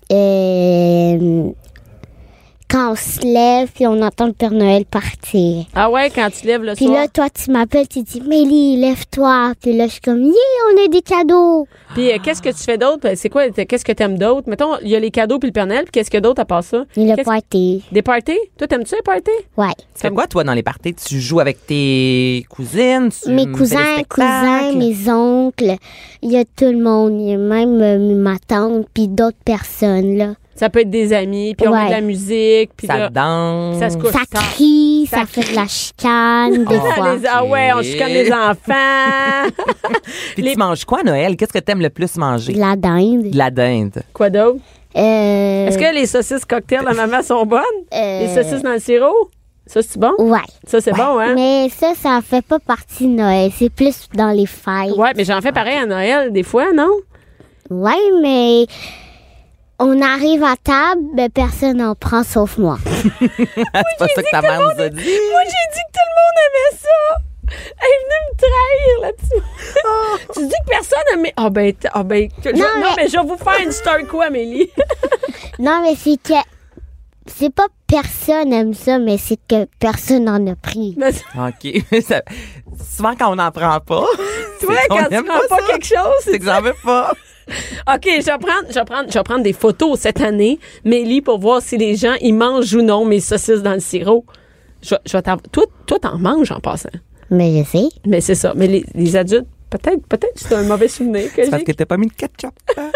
[SPEAKER 6] Quand on se lève puis on entend le Père Noël partir.
[SPEAKER 4] Ah ouais, quand tu lèves le
[SPEAKER 6] Puis
[SPEAKER 4] soir?
[SPEAKER 6] là, toi, tu m'appelles, tu dis, Mélie, lève-toi. Puis là, je suis comme, yeah, on a des cadeaux.
[SPEAKER 4] Puis qu'est-ce que tu fais d'autre? C'est quoi? Qu'est-ce que t'aimes d'autre? Mettons, il y a les cadeaux puis le Père Noël, puis qu'est-ce qu'il y a d'autre à part ça?
[SPEAKER 6] Et le
[SPEAKER 4] Qu'est-ce-
[SPEAKER 6] party.
[SPEAKER 4] Des parties? Toi, t'aimes-tu les parties?
[SPEAKER 6] Ouais.
[SPEAKER 5] Tu fais quoi, toi, dans les parties? Tu joues avec tes cousines?
[SPEAKER 6] Mes
[SPEAKER 5] fais des
[SPEAKER 6] cousins,
[SPEAKER 5] spectacles?
[SPEAKER 6] mes oncles, il y a tout le monde. Il y a même ma tante puis d'autres personnes, là.
[SPEAKER 4] Ça peut être des amis, puis on met
[SPEAKER 6] Ouais.
[SPEAKER 4] de la musique, puis
[SPEAKER 5] Ça
[SPEAKER 4] là,
[SPEAKER 5] danse.
[SPEAKER 4] ça se couche
[SPEAKER 6] Ça
[SPEAKER 4] tard.
[SPEAKER 6] crie,
[SPEAKER 4] Ça
[SPEAKER 6] ça fait de la chicane, des
[SPEAKER 5] Ah,
[SPEAKER 6] fois.
[SPEAKER 4] Ah ouais, on chicane les enfants.
[SPEAKER 5] Puis
[SPEAKER 4] Les-
[SPEAKER 5] tu manges quoi, Noël? Qu'est-ce que t'aimes le plus manger?
[SPEAKER 6] De la dinde.
[SPEAKER 5] De la dinde.
[SPEAKER 4] Quoi d'autre?
[SPEAKER 6] Euh,
[SPEAKER 4] Est-ce que les saucisses cocktails de maman sont bonnes? Les
[SPEAKER 6] euh,
[SPEAKER 4] saucisses dans le sirop? Ça, c'est bon?
[SPEAKER 6] Ouais.
[SPEAKER 4] Ça, c'est bon, hein?
[SPEAKER 6] Mais ça fait pas partie de Noël. C'est plus dans les fêtes.
[SPEAKER 4] Ouais, mais j'en fais pareil à Noël, des fois, non?
[SPEAKER 6] Ouais, mais on arrive à table, ben personne n'en prend sauf moi.
[SPEAKER 5] C'est pas ça que ta mère nous a dit.
[SPEAKER 4] Moi, j'ai dit que tout le monde aimait ça. Elle est venue me trahir, la petite. Tu dis que personne aimait... Non, mais je vais vous faire une story quoi, Amélie?
[SPEAKER 6] Non, mais c'est que c'est pas personne aime ça, mais c'est que personne en a pris.
[SPEAKER 4] Mais
[SPEAKER 5] OK. Ça- souvent, quand on n'en prend pas,
[SPEAKER 4] tu vois,
[SPEAKER 5] c'est qu'on
[SPEAKER 4] quand tu
[SPEAKER 5] aime
[SPEAKER 4] prends pas
[SPEAKER 5] ça.
[SPEAKER 4] quelque chose,
[SPEAKER 5] C'est que j'en veux pas.
[SPEAKER 4] OK, je vais prendre des photos cette année, Mélie, pour voir si les gens, ils mangent ou non mes saucisses dans le sirop. Je vais toi, t'en manges en passant.
[SPEAKER 6] Mais je sais.
[SPEAKER 4] Mais c'est ça. Mais les adultes, peut-être c'est un mauvais souvenir que
[SPEAKER 5] C'est parce
[SPEAKER 4] j'ai.
[SPEAKER 5] que t'as pas mis de ketchup.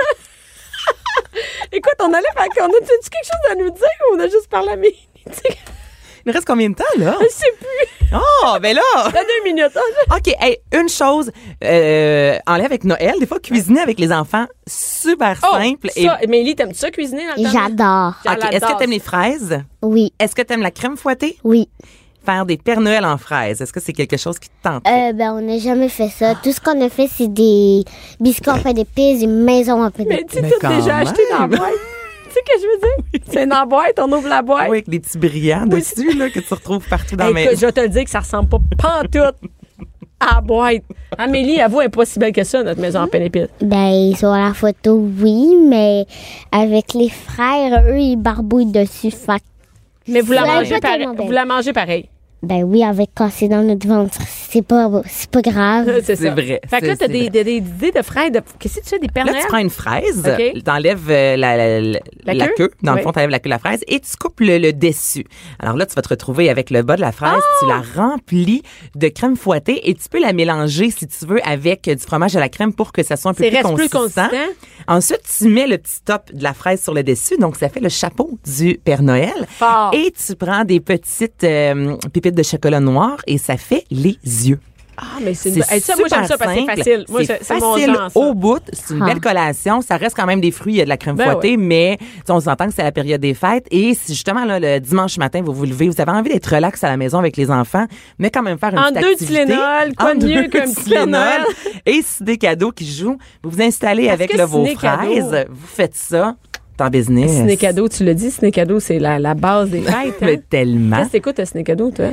[SPEAKER 4] Écoute, on a quelque chose à nous dire ou on a juste parlé à Mélie?
[SPEAKER 5] Il nous reste combien de temps, là?
[SPEAKER 4] Je sais plus.
[SPEAKER 5] Oh, ben là!
[SPEAKER 4] Dans 2 minutes. Hein?
[SPEAKER 5] OK, hey, une chose, en lien avec Noël, des fois, cuisiner avec les enfants, super simple.
[SPEAKER 4] Ça, Mélie, t'aimes-tu ça cuisiner dans le temps?
[SPEAKER 6] J'adore.
[SPEAKER 5] OK, est-ce que t'aimes les fraises?
[SPEAKER 6] Oui,
[SPEAKER 5] Est-ce que t'aimes la crème fouettée?
[SPEAKER 6] oui.
[SPEAKER 5] Faire des Pères Noël en fraises, est-ce que c'est quelque chose qui te tente?
[SPEAKER 6] Ben, on n'a jamais fait ça. Tout ce qu'on a fait, c'est des biscuits en pain d'épices, des maisons en pain
[SPEAKER 4] Mais
[SPEAKER 6] d'épices.
[SPEAKER 4] tu
[SPEAKER 5] Mais
[SPEAKER 4] tout
[SPEAKER 5] quand
[SPEAKER 4] déjà acheté dans la
[SPEAKER 5] même.
[SPEAKER 4] boîte. Tu sais ce que je veux dire? C'est dans la boîte, on ouvre la boîte.
[SPEAKER 5] Oui, avec des petits brillants dessus, là, que tu retrouves partout dans
[SPEAKER 4] Hey,
[SPEAKER 5] mes...
[SPEAKER 4] écoute, je vais te le dire que ça ressemble pas pantoute à la boîte. Amélie, avoue, elle est pas si belle que ça, notre maison en pain d'épices.
[SPEAKER 6] Ben, sur la photo, oui, mais avec les frères, eux, ils barbouillent dessus. Fait que,
[SPEAKER 4] Mais vous la
[SPEAKER 6] Ouais,
[SPEAKER 4] mangez
[SPEAKER 6] pas
[SPEAKER 4] pareil.
[SPEAKER 6] tellement belle.
[SPEAKER 4] Vous la mangez pareil.
[SPEAKER 6] ben oui, avec quand c'est dans notre ventre, c'est pas grave.
[SPEAKER 4] C'est
[SPEAKER 5] C'est
[SPEAKER 4] ça.
[SPEAKER 5] vrai.
[SPEAKER 4] Fait que là, t'as
[SPEAKER 5] C'est
[SPEAKER 4] des idées de fraises. Qu'est-ce que tu fais, des Pères
[SPEAKER 5] Là,
[SPEAKER 4] Noël?
[SPEAKER 5] tu prends une fraise,
[SPEAKER 4] OK.
[SPEAKER 5] t'enlèves la queue. Dans
[SPEAKER 4] Oui.
[SPEAKER 5] le fond, t'enlèves la queue de la fraise et tu coupes le dessus. Alors là, tu vas te retrouver avec le bas de la fraise. Tu la remplis de crème fouettée et tu peux la mélanger, si tu veux, avec du fromage à la crème pour que ça soit un peu
[SPEAKER 4] C'est
[SPEAKER 5] plus
[SPEAKER 4] reste plus
[SPEAKER 5] consistant.
[SPEAKER 4] consistant.
[SPEAKER 5] Ensuite, tu mets le petit top de la fraise sur le dessus. Donc, ça fait le chapeau du Père Noël.
[SPEAKER 4] Fort.
[SPEAKER 5] Et tu prends des petites pépites de chocolat noir et ça fait les yeux.
[SPEAKER 4] Ah, mais c'est
[SPEAKER 5] C'est
[SPEAKER 4] ça, moi, j'aime ça parce que c'est
[SPEAKER 5] simple.
[SPEAKER 4] facile. Moi, c'est mon
[SPEAKER 5] facile
[SPEAKER 4] genre, ça.
[SPEAKER 5] au bout. C'est une belle collation. Ça reste quand même des fruits. Il y a de la crème fouettée, mais on s'entend que c'est la période des fêtes. Et si justement, là, le dimanche matin, vous vous levez, vous avez envie d'être relax à la maison avec les enfants, mais quand même faire une petite activité.
[SPEAKER 4] En 2 Tylenol, quoi de mieux qu'un petit Père Noël?
[SPEAKER 5] Et si des cadeaux qui jouent, vous vous installez avec
[SPEAKER 4] que
[SPEAKER 5] là, vos
[SPEAKER 4] ciné cadeau?
[SPEAKER 5] fraises. Vous faites ça. En business.
[SPEAKER 4] Ciné cadeau, tu l'as dit, ciné cadeau, c'est la base des fêtes. Hein?
[SPEAKER 5] Mais tellement.
[SPEAKER 4] Qu'est-ce que t'écoutes à ciné cadeau, toi?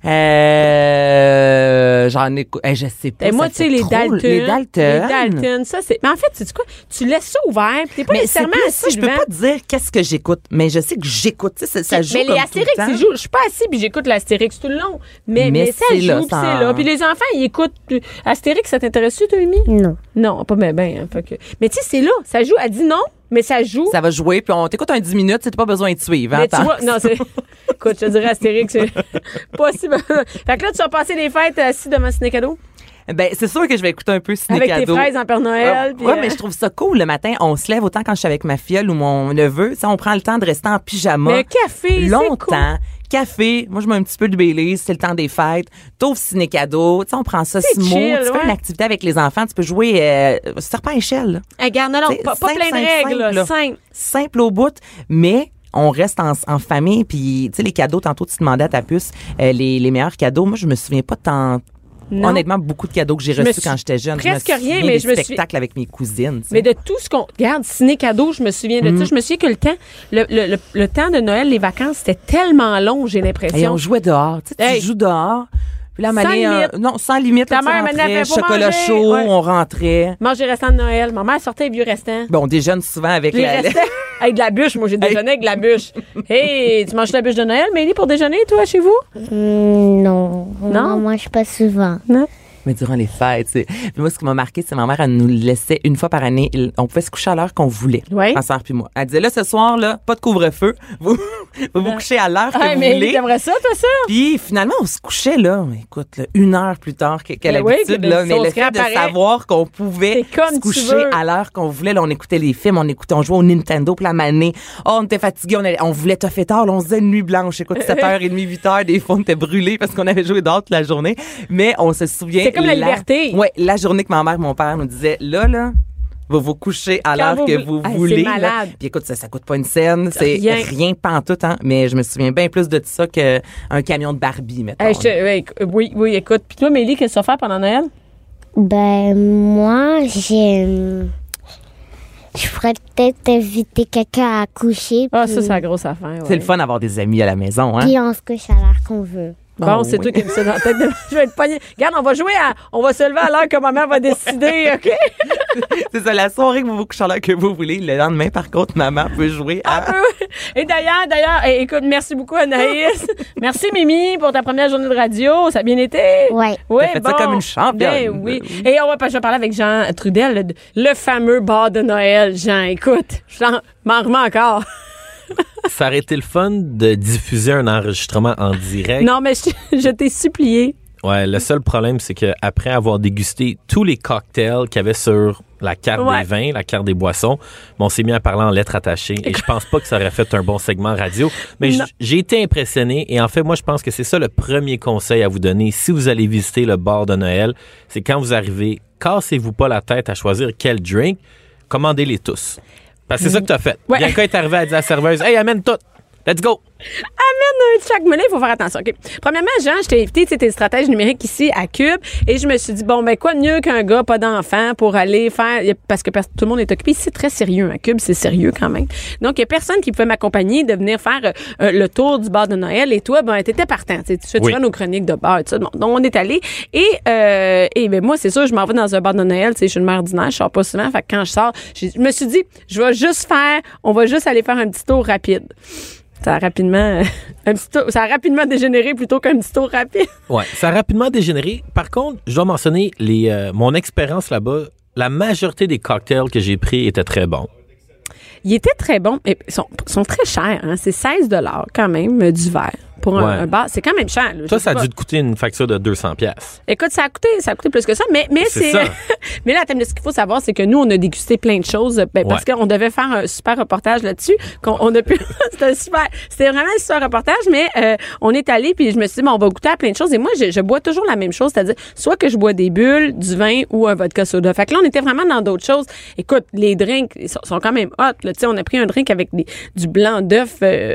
[SPEAKER 5] J'en ai, je sais pas.
[SPEAKER 4] Et moi,
[SPEAKER 5] ça
[SPEAKER 4] tu sais,
[SPEAKER 5] fait
[SPEAKER 4] les
[SPEAKER 5] trop-
[SPEAKER 4] Dalton.
[SPEAKER 5] Les Dalton.
[SPEAKER 4] Les Dalton, ça, c'est. Mais en fait, tu sais quoi? Tu laisses ça ouvert, puis t'es pas
[SPEAKER 5] Mais c'est
[SPEAKER 4] nécessairement
[SPEAKER 5] plus ça,
[SPEAKER 4] assis
[SPEAKER 5] je peux
[SPEAKER 4] devant.
[SPEAKER 5] pas te dire qu'est-ce que j'écoute, mais je sais que j'écoute. Tu sais, ça joue
[SPEAKER 4] Mais
[SPEAKER 5] comme
[SPEAKER 4] les
[SPEAKER 5] tout le
[SPEAKER 4] Astérix,
[SPEAKER 5] temps.
[SPEAKER 4] ils jouent. Je suis pas assis puis j'écoute l'Astérix tout le long. Mais ça
[SPEAKER 5] c'est
[SPEAKER 4] joue,
[SPEAKER 5] là,
[SPEAKER 4] puis c'est
[SPEAKER 5] ça-
[SPEAKER 4] là. Puis les enfants, ils écoutent. Astérix, ça t'intéresse-tu, toi, Amy?
[SPEAKER 6] Non.
[SPEAKER 4] Non, pas bien, hein, fait que- Mais tu sais, c'est là. Ça joue. Elle dit non, mais ça joue.
[SPEAKER 5] Ça va jouer, puis on t'écoute un 10 minutes, t'as pas besoin de suivre. Hein,
[SPEAKER 4] Mais tu
[SPEAKER 5] tant-
[SPEAKER 4] vois, non, c'est. Écoute, je te dirais Astérix, c'est pas si. Fait que là, tu vas passer les fêtes assis devant Ciné Cadeau.
[SPEAKER 5] Ben, c'est sûr que je vais écouter un peu Ciné
[SPEAKER 4] Avec
[SPEAKER 5] Cadeau.
[SPEAKER 4] tes fraises en Père Noël. puis,
[SPEAKER 5] Ouais, mais je trouve ça cool le matin. On se lève autant quand je suis avec ma filleule ou mon neveu. Ça, on prend le temps de rester en pyjama.
[SPEAKER 4] Mais un café, c'est
[SPEAKER 5] longtemps.
[SPEAKER 4] cool.
[SPEAKER 5] Café, moi je mets un petit peu de Baileys, c'est le temps des fêtes. T'ouvres Ciné Cadeau, tu sais, on prend ça
[SPEAKER 4] C'est
[SPEAKER 5] smooth.
[SPEAKER 4] chill,
[SPEAKER 5] Tu fais
[SPEAKER 4] ouais.
[SPEAKER 5] une activité avec les enfants, tu peux jouer serpent à échelle. Là.
[SPEAKER 4] Regarde, non,
[SPEAKER 5] T'sais,
[SPEAKER 4] pas
[SPEAKER 5] simple,
[SPEAKER 4] plein de
[SPEAKER 5] simple,
[SPEAKER 4] règles, là.
[SPEAKER 5] simple, là.
[SPEAKER 4] Simple.
[SPEAKER 5] Simple au bout, mais on reste en famille. Puis, tu sais, les cadeaux, tantôt, tu demandais à ta puce les meilleurs cadeaux. Moi, je me souviens pas tant.
[SPEAKER 4] Non.
[SPEAKER 5] Honnêtement, beaucoup de cadeaux que j'ai
[SPEAKER 4] Je me
[SPEAKER 5] reçus
[SPEAKER 4] suis-
[SPEAKER 5] quand j'étais jeune.
[SPEAKER 4] presque
[SPEAKER 5] je me
[SPEAKER 4] rien,
[SPEAKER 5] souviens
[SPEAKER 4] mais
[SPEAKER 5] des
[SPEAKER 4] je me suis-
[SPEAKER 5] spectacles avec mes cousines. tu sais.
[SPEAKER 4] Mais de tout ce qu'on. Regarde, ciné cadeau, je me souviens de ça. Je me souviens que le temps, le temps de Noël, les vacances, c'était tellement long, j'ai
[SPEAKER 5] Et
[SPEAKER 4] l'impression.
[SPEAKER 5] on jouait dehors. Tu sais,
[SPEAKER 4] Hey.
[SPEAKER 5] tu joues dehors. Puis là,
[SPEAKER 4] Sans
[SPEAKER 5] Mané,
[SPEAKER 4] limite.
[SPEAKER 5] non, sans limite.
[SPEAKER 4] Ta
[SPEAKER 5] là, tu
[SPEAKER 4] mère, maintenant,
[SPEAKER 5] rentrais,
[SPEAKER 4] elle fait, faut
[SPEAKER 5] chocolat
[SPEAKER 4] manger.
[SPEAKER 5] chaud,
[SPEAKER 4] Ouais.
[SPEAKER 5] on rentrait.
[SPEAKER 4] Manger restant de Noël. Ma mère sortait les vieux restants.
[SPEAKER 5] Bon, on déjeune souvent avec
[SPEAKER 4] Les
[SPEAKER 5] la...
[SPEAKER 4] restants avec de la bûche. Moi, j'ai déjeuné avec de la bûche. Hey, tu manges la bûche de Noël, Mélie, pour déjeuner, toi, chez vous?
[SPEAKER 6] Non. On
[SPEAKER 4] Non?
[SPEAKER 6] n'en mange pas souvent.
[SPEAKER 4] Non.
[SPEAKER 5] Mais durant les fêtes, tu sais. Puis moi, ce qui m'a marqué, c'est ma mère, elle nous laissait une fois par année, on pouvait se coucher à l'heure qu'on voulait.
[SPEAKER 4] Ouais.
[SPEAKER 5] Ma soeur puis moi. Elle disait, là, ce soir, là, pas de couvre-feu. Vous vous couchez à l'heure que
[SPEAKER 4] Ah,
[SPEAKER 5] vous
[SPEAKER 4] mais
[SPEAKER 5] voulez.
[SPEAKER 4] t'aimerais ça, toi, ça?
[SPEAKER 5] Puis finalement, on se couchait, là, écoute, là, 1 heure plus tard qu'à
[SPEAKER 4] Ben oui,
[SPEAKER 5] l'habitude,
[SPEAKER 4] que
[SPEAKER 5] là.
[SPEAKER 4] de-
[SPEAKER 5] Mais
[SPEAKER 4] on
[SPEAKER 5] le
[SPEAKER 4] se
[SPEAKER 5] fait de
[SPEAKER 4] réapparaît.
[SPEAKER 5] savoir qu'on pouvait
[SPEAKER 4] C'est comme
[SPEAKER 5] se
[SPEAKER 4] tu
[SPEAKER 5] coucher
[SPEAKER 4] veux.
[SPEAKER 5] à l'heure qu'on voulait, là, on écoutait les films, on jouait au Nintendo, puis la manée. Oh, on était fatigués, on voulait toffer tard, là, on se disait une nuit blanche. Écoute, 7h30, 8h, des fois, on était brûlés parce qu'on avait joué dehors toute la journée. Mais on se souvient.
[SPEAKER 4] C'est comme la liberté.
[SPEAKER 5] Ouais, la journée que ma mère et mon père nous disaient, là, vous vous couchez à
[SPEAKER 4] Quand
[SPEAKER 5] l'heure
[SPEAKER 4] vous
[SPEAKER 5] que
[SPEAKER 4] vou-
[SPEAKER 5] vous
[SPEAKER 4] Ah, c'est
[SPEAKER 5] voulez. là.
[SPEAKER 4] malade.
[SPEAKER 5] Puis écoute, ça coûte pas une scène, c'est
[SPEAKER 4] Rien.
[SPEAKER 5] rien pantoute, hein. Mais je me souviens bien plus de ça qu'un camion de Barbie, mettons.
[SPEAKER 4] Hey, oui, écoute. Puis toi, Mélie, qu'est-ce que tu vas faire pendant Noël?
[SPEAKER 6] Ben, moi, je pourrais peut-être inviter quelqu'un à coucher.
[SPEAKER 4] Ah,
[SPEAKER 6] puis,
[SPEAKER 4] ça, c'est la grosse affaire. Ouais.
[SPEAKER 5] C'est le fun d'avoir des amis à la maison, hein.
[SPEAKER 6] Puis on se couche à l'heure qu'on veut.
[SPEAKER 4] Bon,
[SPEAKER 5] Oh,
[SPEAKER 4] c'est
[SPEAKER 5] oui.
[SPEAKER 4] toi qui as mis ça dans la tête. Je vais être pogné. Regarde, on va jouer à. On va se lever à l'heure que ma mère va décider, OK?
[SPEAKER 5] C'est ça, la soirée que vous vous couchez à l'heure que vous voulez. Le lendemain, par contre, maman peut jouer à...
[SPEAKER 4] Et d'ailleurs, écoute, merci beaucoup, Anaïs. Merci, Mimi, pour ta première journée de radio. Ça a bien été?
[SPEAKER 6] Ouais.
[SPEAKER 4] Oui,
[SPEAKER 5] T'as fait ça comme une championne.
[SPEAKER 4] Ben oui. Et je vais parler avec Jean Trudel, le fameux bar de Noël. Jean, écoute, je m'en remets encore.
[SPEAKER 7] Ça aurait été le fun de diffuser un enregistrement en direct.
[SPEAKER 4] Non, mais je t'ai supplié.
[SPEAKER 7] Ouais, le seul problème, c'est que après avoir dégusté tous les cocktails qu'il y avait sur la carte
[SPEAKER 4] Ouais.
[SPEAKER 7] des vins, la carte des boissons, on s'est mis à parler en lettres attachées et je pense pas que ça aurait fait un bon segment radio. Mais
[SPEAKER 4] Non.
[SPEAKER 7] j'ai été impressionné et en fait, moi, je pense que c'est ça le premier conseil à vous donner si vous allez visiter le bar de Noël. C'est quand vous arrivez, cassez-vous pas la tête à choisir quel drink, commandez-les tous. Parce que c'est ça que t'as fait.
[SPEAKER 4] Ouais.
[SPEAKER 7] Bianca est arrivée à dire à la serveuse, « Hey, amène tout! Let's go! »
[SPEAKER 4] Amène un de chaque monnaie, il faut faire attention. OK. Premièrement, Jean, je t'ai invité, tu sais, t'es stratège numérique ici à Cube, et je me suis dit, bon, ben, quoi de mieux qu'un gars, pas d'enfant, pour aller faire, parce que tout le monde est occupé. C'est très sérieux, hein. Cube, c'est sérieux quand même. Donc, il y a personne qui pouvait m'accompagner de venir faire le tour du bar de Noël, et toi, ben, t'étais partant. Tu fais
[SPEAKER 7] Oui.
[SPEAKER 4] nos chroniques de bar et tout ça. Bon, donc, on est allé, et ben, moi, c'est sûr, je m'en vais dans un bar de Noël, tu sais, je suis une mère ordinaire, je sors pas souvent, fait que quand je sors, je me suis dit, on va juste aller faire un petit tour rapide. Ça a rapidement, ça a rapidement dégénéré plutôt qu'un petit tour rapide.
[SPEAKER 7] Ouais, ça a rapidement dégénéré. Par contre, je dois mentionner mon expérience là-bas. La majorité des cocktails que j'ai pris étaient très bons.
[SPEAKER 4] Il était très bon. Ils sont très chers. Hein? C'est 16 $ quand même du verre. pour
[SPEAKER 7] Ouais.
[SPEAKER 4] un bar. C'est quand même cher. Là.
[SPEAKER 7] Toi,
[SPEAKER 4] Je
[SPEAKER 7] ça
[SPEAKER 4] sais
[SPEAKER 7] a
[SPEAKER 4] pas.
[SPEAKER 7] dû te coûter une facture de 200$.
[SPEAKER 4] Écoute, ça a coûté plus que ça, mais
[SPEAKER 7] C'est ça.
[SPEAKER 4] mais là, ce qu'il faut savoir, c'est que nous, on a dégusté plein de choses, parce qu'on devait faire un super reportage là-dessus. On a pu, c'était vraiment un super reportage, mais on est allé, puis je me suis dit, on va goûter à plein de choses. Et moi, je bois toujours la même chose, c'est-à-dire soit que je bois des bulles, du vin ou un vodka soda. Fait que là, on était vraiment dans d'autres choses. Écoute, les drinks sont quand même hot. Là. Tu sais, on a pris un drink avec du blanc d'œuf.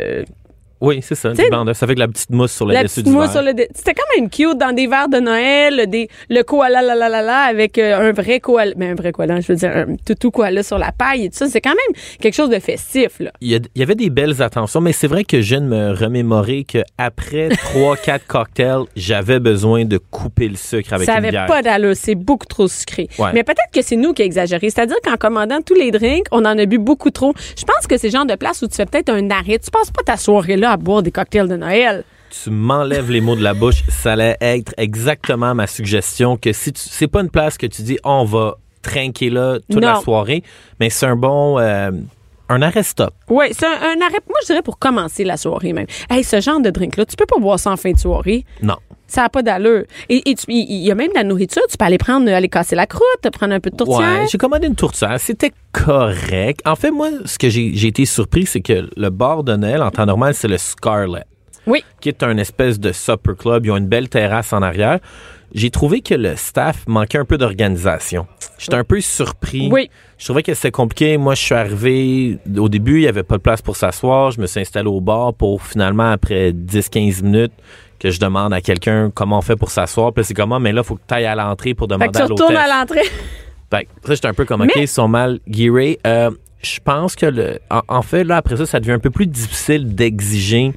[SPEAKER 7] Oui, c'est ça. Du
[SPEAKER 4] T'sais,
[SPEAKER 7] blanc d'œuf. Ça fait de la petite mousse sur le
[SPEAKER 4] La
[SPEAKER 7] dessus
[SPEAKER 4] petite
[SPEAKER 7] du
[SPEAKER 4] mousse
[SPEAKER 7] verre.
[SPEAKER 4] sur c'était quand même cute dans des verres de Noël, le koala avec un vrai koala, mais un vrai koala, je veux dire un toutou koala sur la paille et tout ça, c'est quand même quelque chose de festif là.
[SPEAKER 7] Il y avait des belles attentions, mais c'est vrai que je viens de me remémorer qu'après 3-4 cocktails, j'avais besoin de couper le sucre avec
[SPEAKER 4] Ça
[SPEAKER 7] une
[SPEAKER 4] avait
[SPEAKER 7] bière.
[SPEAKER 4] pas d'allure, c'est beaucoup trop sucré.
[SPEAKER 7] Ouais.
[SPEAKER 4] Mais peut-être que c'est nous qui exagéré, c'est-à-dire qu'en commandant tous les drinks, on en a bu beaucoup trop. Je pense que c'est le genre de place où tu fais peut-être un arrêt, tu passes pas ta soirée là à boire des cocktails de Noël.
[SPEAKER 7] Tu m'enlèves les mots de la bouche. Ça allait être exactement ma suggestion que si c'est pas une place que tu dis on va trinquer là toute
[SPEAKER 4] Non.
[SPEAKER 7] la soirée, mais c'est un bon un arrêt stop.
[SPEAKER 4] Oui, c'est un arrêt, moi je dirais pour commencer la soirée même. Hey, ce genre de drink là, tu peux pas boire ça en fin de soirée.
[SPEAKER 7] Non.
[SPEAKER 4] Ça n'a pas d'allure. Et il y a même de la nourriture. Tu peux aller casser la croûte, prendre un peu de tourtière.
[SPEAKER 7] Ouais, j'ai commandé une tourtière. C'était correct. En fait, moi, ce que j'ai été surpris, c'est que le bar de Noël, en temps normal, c'est le Scarlet.
[SPEAKER 4] Oui.
[SPEAKER 7] Qui est un espèce de supper club. Ils ont une belle terrasse en arrière. J'ai trouvé que le staff manquait un peu d'organisation. J'étais un peu surpris.
[SPEAKER 4] Oui.
[SPEAKER 7] Je trouvais que c'était compliqué. Moi, je suis arrivé, au début, il n'y avait pas de place pour s'asseoir. Je me suis installé au bar pour finalement, après 10-15 minutes, que je demande à quelqu'un comment on fait pour s'asseoir. Puis là, c'est comment, mais là, il faut que tu ailles à l'entrée pour
[SPEAKER 4] Fait
[SPEAKER 7] demander
[SPEAKER 4] que tu
[SPEAKER 7] à
[SPEAKER 4] retournes
[SPEAKER 7] l'hôtesse.
[SPEAKER 4] à l'entrée.
[SPEAKER 7] Fait que ça, j'étais un peu comme, OK, ils sont mal gearés. Je pense que, en fait, là, après ça devient un peu plus difficile d'exiger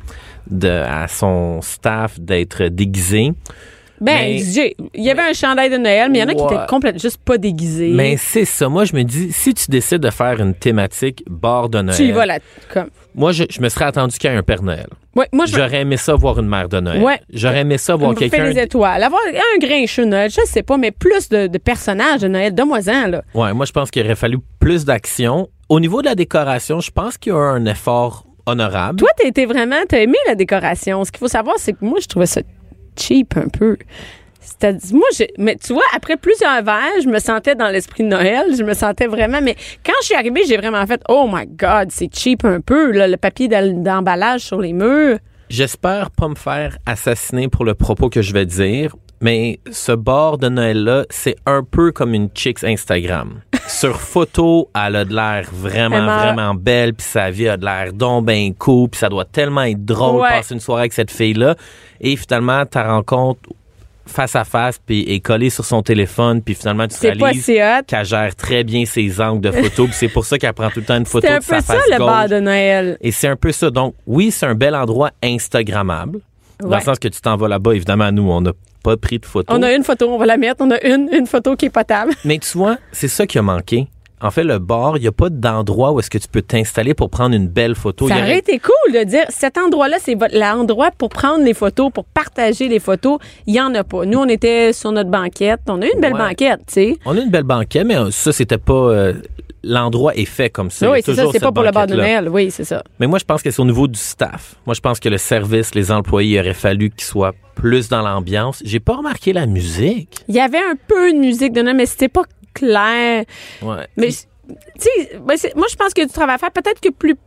[SPEAKER 7] à son staff d'être déguisé.
[SPEAKER 4] Ben, il y avait un chandail de Noël, mais il y en a qui
[SPEAKER 7] Ouais.
[SPEAKER 4] étaient complètement juste pas déguisés.
[SPEAKER 7] Mais c'est ça. Moi, je me dis, si tu décides de faire une thématique bar de Noël,
[SPEAKER 4] tu y vas là, comme.
[SPEAKER 7] moi, je me serais attendu qu'il y ait un Père Noël.
[SPEAKER 4] Ouais, moi,
[SPEAKER 7] J'aurais aimé ça voir une mère de Noël.
[SPEAKER 4] Ouais.
[SPEAKER 7] J'aurais aimé ça voir
[SPEAKER 4] bouffer
[SPEAKER 7] quelqu'un.
[SPEAKER 4] les étoiles. Avoir un grincheux de Noël, je sais pas, mais plus de personnages de Noël. Donne-moi-en, là.
[SPEAKER 7] Ouais, moi, je pense qu'il aurait fallu plus d'action. Au niveau de la décoration, je pense qu'il y a eu un effort honorable.
[SPEAKER 4] Toi, t'as aimé la décoration. Ce qu'il faut savoir, c'est que moi, je trouvais ça cheap un peu. C'est-à-dire, mais tu vois, après plusieurs verres, je me sentais dans l'esprit de Noël. Je me sentais vraiment, mais quand je suis arrivée, j'ai vraiment fait, oh my God, c'est cheap un peu, là, le papier d'emballage sur les murs.
[SPEAKER 7] J'espère pas me faire assassiner pour le propos que je vais dire, mais ce bar de Noël-là, c'est un peu comme une chicks Instagram. Sur photo, elle a de l'air vraiment belle, puis sa vie a de l'air donc ben cool, puis ça doit tellement être drôle de passer une soirée avec cette fille-là. Et finalement, ta rencontre face à face, puis est collée sur son téléphone, puis finalement, tu
[SPEAKER 4] C'est pas
[SPEAKER 7] réalises
[SPEAKER 4] si hot.
[SPEAKER 7] qu'elle gère très bien ses angles de photo, puis c'est pour ça qu'elle prend tout le temps une photo
[SPEAKER 4] C'est un
[SPEAKER 7] de sa
[SPEAKER 4] peu ça,
[SPEAKER 7] face
[SPEAKER 4] le
[SPEAKER 7] gauche.
[SPEAKER 4] bar de Noël.
[SPEAKER 7] Et c'est un peu ça. Donc, oui, c'est un bel endroit Instagrammable. Dans
[SPEAKER 4] Ouais.
[SPEAKER 7] le sens que tu t'en vas là-bas, évidemment, nous, on n'a pas pris de photo.
[SPEAKER 4] On a une photo, on va la mettre. On a une photo qui est potable.
[SPEAKER 7] Mais tu vois, c'est ça qui a manqué. En fait, le bar, il n'y a pas d'endroit où est-ce que tu peux t'installer pour prendre une belle photo.
[SPEAKER 4] Ça
[SPEAKER 7] Il y
[SPEAKER 4] aurait été cool de dire, cet endroit-là, c'est l'endroit pour prendre les photos, pour partager les photos. Il n'y en a pas. Nous, on était sur notre banquette. On a eu une belle
[SPEAKER 7] Ouais.
[SPEAKER 4] banquette, tu sais.
[SPEAKER 7] On a une belle banquette, mais ça, c'était pas... l'endroit est fait comme ça. Il y a
[SPEAKER 4] Oui, c'est ça.
[SPEAKER 7] toujours
[SPEAKER 4] C'est pas
[SPEAKER 7] cette
[SPEAKER 4] pour le bar de
[SPEAKER 7] banquette-là.
[SPEAKER 4] Noël. Oui, c'est ça.
[SPEAKER 7] Mais moi, je pense que c'est au niveau du staff. Moi, je pense que le service, les employés, il aurait fallu qu'ils soient plus dans l'ambiance. J'ai pas remarqué la musique.
[SPEAKER 4] Il y avait un peu de musique de Noël, mais c'était pas clair.
[SPEAKER 7] Ouais.
[SPEAKER 4] Mais, tu sais, moi, je pense qu'il y a du travail à faire. Peut-être que plus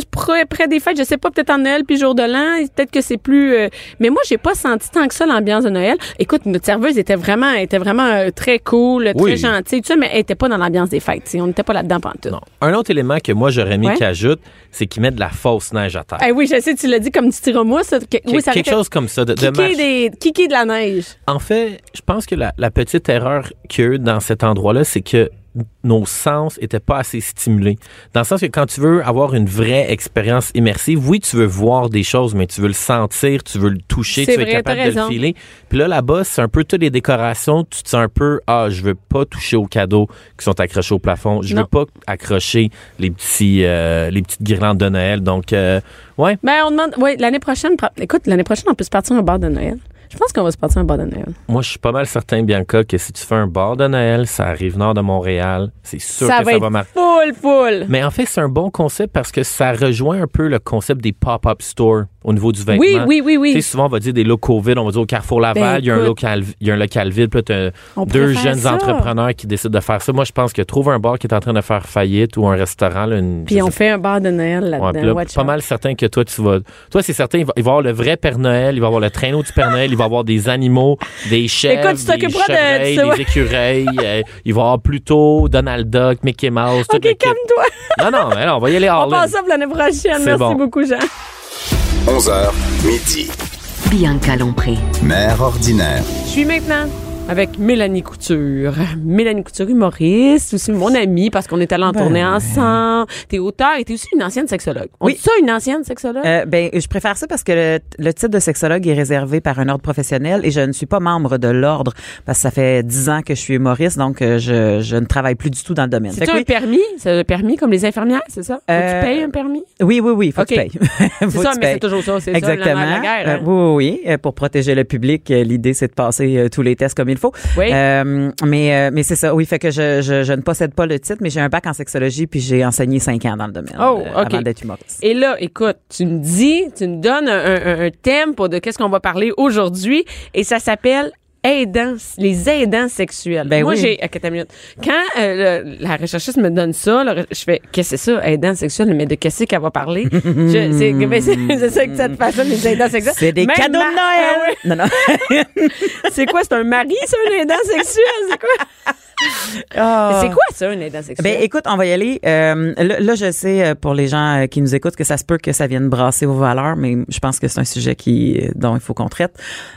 [SPEAKER 4] près des fêtes, je sais pas, peut-être en Noël puis jour de l'an, peut-être que c'est plus... mais moi, j'ai pas senti tant que ça l'ambiance de Noël. Écoute, notre serveuse était vraiment très cool, très
[SPEAKER 7] Oui.
[SPEAKER 4] gentille, tu sais, mais elle était pas dans l'ambiance des fêtes. T'sais. On n'était pas là-dedans pantoute.
[SPEAKER 7] Non. Un autre élément que moi, j'aurais aimé
[SPEAKER 4] Ouais.
[SPEAKER 7] qu'il ajoute, c'est qu'il met de la fausse neige à terre.
[SPEAKER 4] Eh oui, je sais, tu l'as dit comme du tiromousse. Oui, ça
[SPEAKER 7] Quelque chose comme ça. De
[SPEAKER 4] kicker de la neige.
[SPEAKER 7] En fait, je pense que la petite erreur qu'il y a eu dans cet endroit-là, c'est que nos sens étaient pas assez stimulés. Dans le sens que quand tu veux avoir une vraie expérience immersive, oui, tu veux voir des choses, mais tu veux le sentir, tu veux le toucher,
[SPEAKER 4] C'est
[SPEAKER 7] tu veux
[SPEAKER 4] vrai,
[SPEAKER 7] être capable
[SPEAKER 4] t'as
[SPEAKER 7] de le
[SPEAKER 4] raison.
[SPEAKER 7] filer. Puis là-bas, c'est un peu toutes les décorations. Tu te sens un peu, je veux pas toucher aux cadeaux qui sont accrochés au plafond. Je
[SPEAKER 4] Non.
[SPEAKER 7] veux pas accrocher les petites guirlandes de Noël. Donc, ouais.
[SPEAKER 4] Ben, on demande... Oui, l'année prochaine, on peut se partir au bar de Noël. Je pense qu'on va se passer un bar de Noël.
[SPEAKER 7] Moi, je suis pas mal certain, Bianca, que si tu fais un bar de Noël, ça arrive nord de Montréal, c'est sûr
[SPEAKER 4] Ça
[SPEAKER 7] que
[SPEAKER 4] va
[SPEAKER 7] ça
[SPEAKER 4] être
[SPEAKER 7] va marcher.
[SPEAKER 4] full.
[SPEAKER 7] Mais en fait, c'est un bon concept parce que ça rejoint un peu le concept des pop-up stores au niveau du vêtement.
[SPEAKER 4] Oui.
[SPEAKER 7] Tu sais, souvent, on va dire des locaux vides. On va dire au Carrefour Laval,
[SPEAKER 4] Ben,
[SPEAKER 7] il y a un local vide. Puis là,
[SPEAKER 4] On
[SPEAKER 7] t'as deux
[SPEAKER 4] pourrait faire
[SPEAKER 7] jeunes
[SPEAKER 4] ça.
[SPEAKER 7] entrepreneurs qui décident de faire ça. Moi, je pense que trouve un bar qui est en train de faire faillite ou un restaurant. Là,
[SPEAKER 4] Puis on fait un bar de Noël là-dedans.
[SPEAKER 7] Ouais, puis là,
[SPEAKER 4] Watch
[SPEAKER 7] pas
[SPEAKER 4] out.
[SPEAKER 7] mal certain que toi, tu vas. Toi, c'est certain, il va y avoir le vrai Père Noël, il va y avoir le traîneau du Père Noël, il va y avoir des animaux, des chèvres,
[SPEAKER 4] Écoute, tu
[SPEAKER 7] des
[SPEAKER 4] t'occuperas de
[SPEAKER 7] chevreuils,
[SPEAKER 4] ça, ouais.
[SPEAKER 7] des écureuils. Il va y avoir Pluto, Donald Duck, Mickey Mouse, tout
[SPEAKER 4] OK,
[SPEAKER 7] le kit.
[SPEAKER 4] calme-toi.
[SPEAKER 7] Non, mais non, on va y aller all
[SPEAKER 4] On
[SPEAKER 7] in.
[SPEAKER 4] passe ça pour l'année prochaine.
[SPEAKER 7] C'est
[SPEAKER 4] Merci
[SPEAKER 7] bon.
[SPEAKER 4] beaucoup, Jean.
[SPEAKER 3] 11h, midi.
[SPEAKER 2] Bianca Lompré.
[SPEAKER 3] Mère ordinaire.
[SPEAKER 4] Je suis maintenant avec Mélanie Couture. Mélanie Couture, humoriste, aussi mon amie, parce qu'on est allés en tournée ensemble. T'es auteur et t'es aussi une ancienne sexologue. On
[SPEAKER 5] Oui.
[SPEAKER 4] dit ça, une ancienne sexologue?
[SPEAKER 5] Je préfère ça parce que le titre de sexologue est réservé par un ordre professionnel et je ne suis pas membre de l'ordre parce que ça fait 10 ans que je suis humoriste, donc je ne travaille plus du tout dans le domaine.
[SPEAKER 4] C'est-tu
[SPEAKER 5] Fait que
[SPEAKER 4] un permis? C'est un permis comme les infirmières, c'est ça? Faut que tu payes un permis?
[SPEAKER 5] Oui, faut
[SPEAKER 4] OK.
[SPEAKER 5] que tu payes.
[SPEAKER 4] C'est
[SPEAKER 5] Faut
[SPEAKER 4] ça,
[SPEAKER 5] que tu
[SPEAKER 4] mais
[SPEAKER 5] payes.
[SPEAKER 4] c'est toujours ça. C'est
[SPEAKER 5] Exactement.
[SPEAKER 4] ça, la guerre. Hein?
[SPEAKER 5] Oui. Pour protéger le public, l'idée, c'est de passer tous les tests comme il faut.
[SPEAKER 4] Oui.
[SPEAKER 5] Mais c'est ça. Oui, fait que je ne possède pas le titre, mais j'ai un bac en sexologie puis j'ai enseigné 5 ans dans le domaine
[SPEAKER 4] Oh, OK.
[SPEAKER 5] avant d'être humoriste.
[SPEAKER 4] Et là, écoute, tu me donnes un thème pour de qu'est-ce qu'on va parler aujourd'hui et ça s'appelle les aidants sexuels.
[SPEAKER 5] Ben
[SPEAKER 4] Moi,
[SPEAKER 5] oui.
[SPEAKER 4] j'ai... Attends une minute. Quand la recherchiste me donne ça, je fais, qu'est-ce que c'est ça, aidants sexuels? Mais de qu'est-ce qu'elle va parler? C'est ça que ça te fait ça, les aidants sexuels.
[SPEAKER 5] C'est des
[SPEAKER 4] Même
[SPEAKER 5] cadeaux de Noël!
[SPEAKER 4] Ah ouais.
[SPEAKER 5] Non.
[SPEAKER 4] C'est quoi? C'est un mari, c'est un aidant sexuel? C'est quoi?
[SPEAKER 5] Ah.
[SPEAKER 4] C'est quoi ça, un aidant sexuel?
[SPEAKER 5] Ben écoute, on va y aller. Là, je sais pour les gens qui nous écoutent que ça se peut que ça vienne brasser vos valeurs, mais je pense que c'est un sujet dont il faut qu'on traite.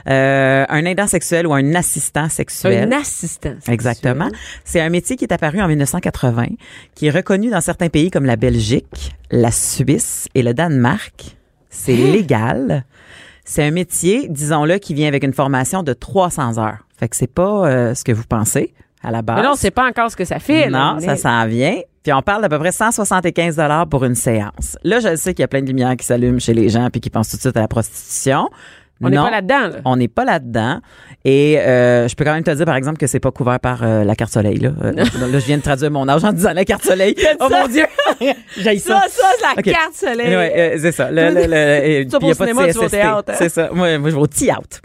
[SPEAKER 5] Un aidant sexuel ou un assistant sexuel.
[SPEAKER 4] Un assistant sexuel.
[SPEAKER 5] Exactement. C'est un métier qui est apparu en 1980, qui est reconnu dans certains pays comme la Belgique, la Suisse et le Danemark. C'est légal. C'est un métier, disons-le, qui vient avec une formation de 300 heures. Fait que c'est pas ce que vous pensez à la base.
[SPEAKER 4] Mais non, c'est pas encore ce que ça fait. là.
[SPEAKER 5] Non, ça s'en vient. Puis on parle d'à peu près 175 $ pour une séance. Là, je sais qu'il y a plein de lumières qui s'allument chez les gens puis qui pensent tout de suite à la prostitution.
[SPEAKER 4] On n'est
[SPEAKER 5] Non,
[SPEAKER 4] pas là-dedans, là.
[SPEAKER 5] on n'est pas là-dedans. Et je peux quand même te dire, par exemple, que c'est pas couvert par la carte soleil. Là, là, je viens de traduire mon âge en disant la carte soleil. Oh mon Dieu! J'haïs ça.
[SPEAKER 4] Ça, c'est la
[SPEAKER 5] OK.
[SPEAKER 4] carte soleil.
[SPEAKER 5] Ouais, c'est ça.
[SPEAKER 4] Ça, pour
[SPEAKER 5] Puis y a
[SPEAKER 4] le
[SPEAKER 5] pas de
[SPEAKER 4] cinéma, tu vas au
[SPEAKER 5] CSST.
[SPEAKER 4] théâtre, hein?
[SPEAKER 5] C'est ça. Moi, je vais au théâtre.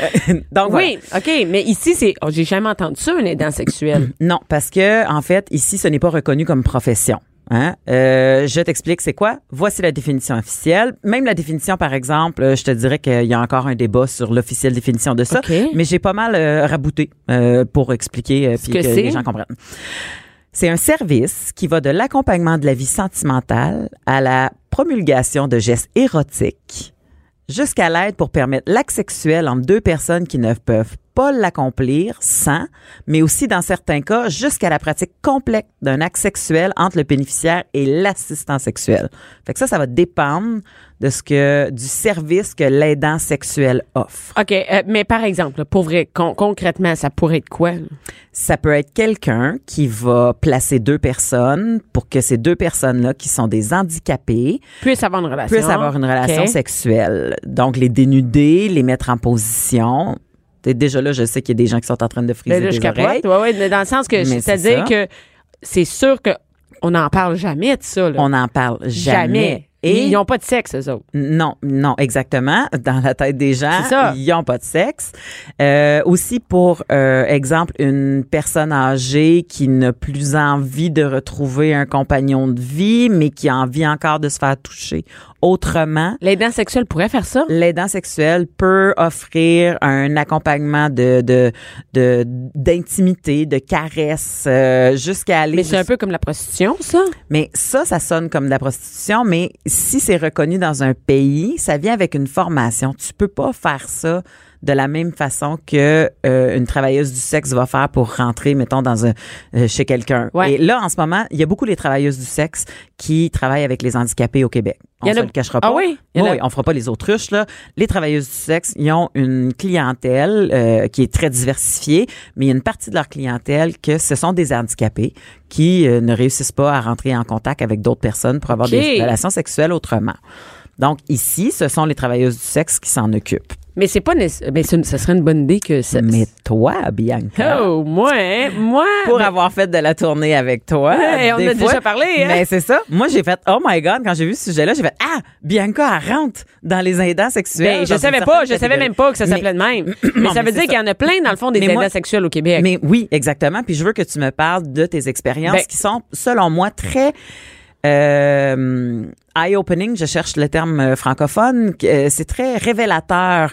[SPEAKER 5] Donc, voilà.
[SPEAKER 4] Oui, OK, mais ici, c'est. Oh, j'ai jamais entendu ça, un aidant sexuel.
[SPEAKER 5] Non, parce que en fait, ici, ce n'est pas reconnu comme profession. Hein? Je t'explique c'est quoi. Voici la définition officielle. Même la définition, par exemple, je te dirais qu'il y a encore un débat sur l'officielle définition de ça.
[SPEAKER 4] OK.
[SPEAKER 5] Mais j'ai pas mal rabouté pour expliquer puis
[SPEAKER 4] que
[SPEAKER 5] que
[SPEAKER 4] c'est?
[SPEAKER 5] les gens comprennent. C'est un service qui va de l'accompagnement de la vie sentimentale à la promulgation de gestes érotiques jusqu'à l'aide pour permettre l'acte sexuel entre deux personnes qui ne peuvent pas l'accomplir sans, mais aussi dans certains cas, jusqu'à la pratique complète d'un acte sexuel entre le bénéficiaire et l'assistant sexuel. Fait que ça va dépendre de du service que l'aidant sexuel offre.
[SPEAKER 4] OK, mais par exemple, là, pour vrai, concrètement, ça pourrait être quoi? Là?
[SPEAKER 5] Ça peut être quelqu'un qui va placer deux personnes pour que ces deux personnes-là, qui sont des handicapés,
[SPEAKER 4] Puisse avoir une relation.
[SPEAKER 5] puissent avoir une relation
[SPEAKER 4] OK.
[SPEAKER 5] sexuelle. Donc, les dénuder, les mettre en position. T'sais, déjà là, je sais qu'il y a des gens qui sont en train de friser
[SPEAKER 4] Ben là, je
[SPEAKER 5] des oreilles.
[SPEAKER 4] capote. Ouais, dans le sens que,
[SPEAKER 5] Mais
[SPEAKER 4] c'est-à-dire
[SPEAKER 5] c'est ça.
[SPEAKER 4] que c'est sûr que on n'en parle jamais de ça. Là.
[SPEAKER 5] On n'en parle jamais. Et
[SPEAKER 4] Ils n'ont pas de sexe, eux autres.
[SPEAKER 5] non, exactement. Dans la tête des gens,
[SPEAKER 4] C'est ça.
[SPEAKER 5] ils n'ont pas de sexe. Aussi pour exemple, une personne âgée qui n'a plus envie de retrouver un compagnon de vie, mais qui a envie encore de se faire toucher autrement.
[SPEAKER 4] L'aidant sexuel pourrait faire ça.
[SPEAKER 5] L'aidant sexuel peut offrir un accompagnement d'intimité, de caresse, jusqu'à aller.
[SPEAKER 4] Mais c'est un peu comme la prostitution, ça.
[SPEAKER 5] Mais ça sonne comme de la prostitution, mais si c'est reconnu dans un pays, ça vient avec une formation. Tu peux pas faire ça de la même façon que une travailleuse du sexe va faire pour rentrer, mettons, chez quelqu'un.
[SPEAKER 4] Ouais.
[SPEAKER 5] Et là, en ce moment, il y a beaucoup les travailleuses du sexe qui travaillent avec les handicapés au Québec. On
[SPEAKER 4] Il y en
[SPEAKER 5] se
[SPEAKER 4] a-
[SPEAKER 5] le cachera
[SPEAKER 4] Ah
[SPEAKER 5] pas.
[SPEAKER 4] oui? Il y en a-
[SPEAKER 5] Oui, on fera pas les autruches, là. Les travailleuses du sexe, ils ont une clientèle qui est très diversifiée, mais il y a une partie de leur clientèle que ce sont des handicapés qui ne réussissent pas à rentrer en contact avec d'autres personnes pour avoir
[SPEAKER 4] OK.
[SPEAKER 5] des relations sexuelles autrement. Donc ici, ce sont les travailleuses du sexe qui s'en occupent.
[SPEAKER 4] Mais c'est pas mais ça serait une bonne idée que ça.
[SPEAKER 5] Mais toi, Bianca.
[SPEAKER 4] Oh, moi.
[SPEAKER 5] Pour avoir fait de la tournée avec toi.
[SPEAKER 4] Ouais, on a déjà parlé, hein?
[SPEAKER 5] Mais c'est ça. Moi, j'ai fait, oh my God, quand j'ai vu ce sujet-là, j'ai fait, Bianca, elle rentre dans les aidants sexuels.
[SPEAKER 4] Ben, je savais même pas que ça s'appelait de même. Mais ça veut dire qu'il y en a plein, dans le fond, des aidants sexuels au Québec.
[SPEAKER 5] Mais oui, exactement. Puis je veux que tu me parles de tes expériences qui sont, selon moi, très eye-opening, je cherche le terme francophone, c'est très révélateur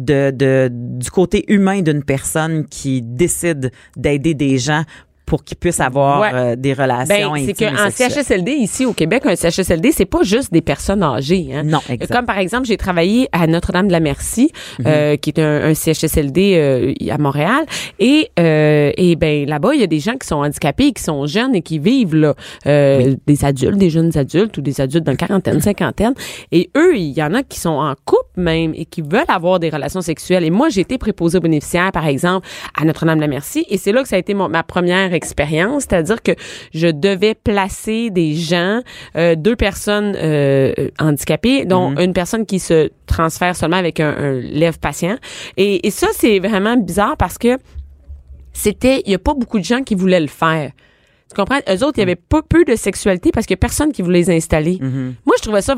[SPEAKER 5] du côté humain d'une personne qui décide d'aider des gens pour qu'ils puissent avoir des relations intimes.
[SPEAKER 4] C'est qu'en CHSLD, ici au Québec, un CHSLD, c'est pas juste des personnes âgées. Hein.
[SPEAKER 5] Non, exact.
[SPEAKER 4] Comme par exemple, j'ai travaillé à Notre-Dame-de-la-Merci, qui est un CHSLD à Montréal. Et ben là-bas, il y a des gens qui sont handicapés, qui sont jeunes et qui vivent là, des adultes, des jeunes adultes ou des adultes dans la quarantaine, cinquantaine. Et eux, il y en a qui sont en couple même et qui veulent avoir des relations sexuelles. Et moi, j'ai été préposée aux bénéficiaires, par exemple, à Notre-Dame-de-la-Merci. Et c'est là que ça a été ma première expérience, c'est-à-dire que je devais placer des gens, 2 personnes handicapées, dont une personne qui se transfère seulement avec un lève patient. Et ça, c'est vraiment bizarre parce que il y a pas beaucoup de gens qui voulaient le faire. Tu comprends? Eux autres, il y avait pas peu de sexualité parce qu'il y a personne qui voulait les installer. Moi, je trouvais ça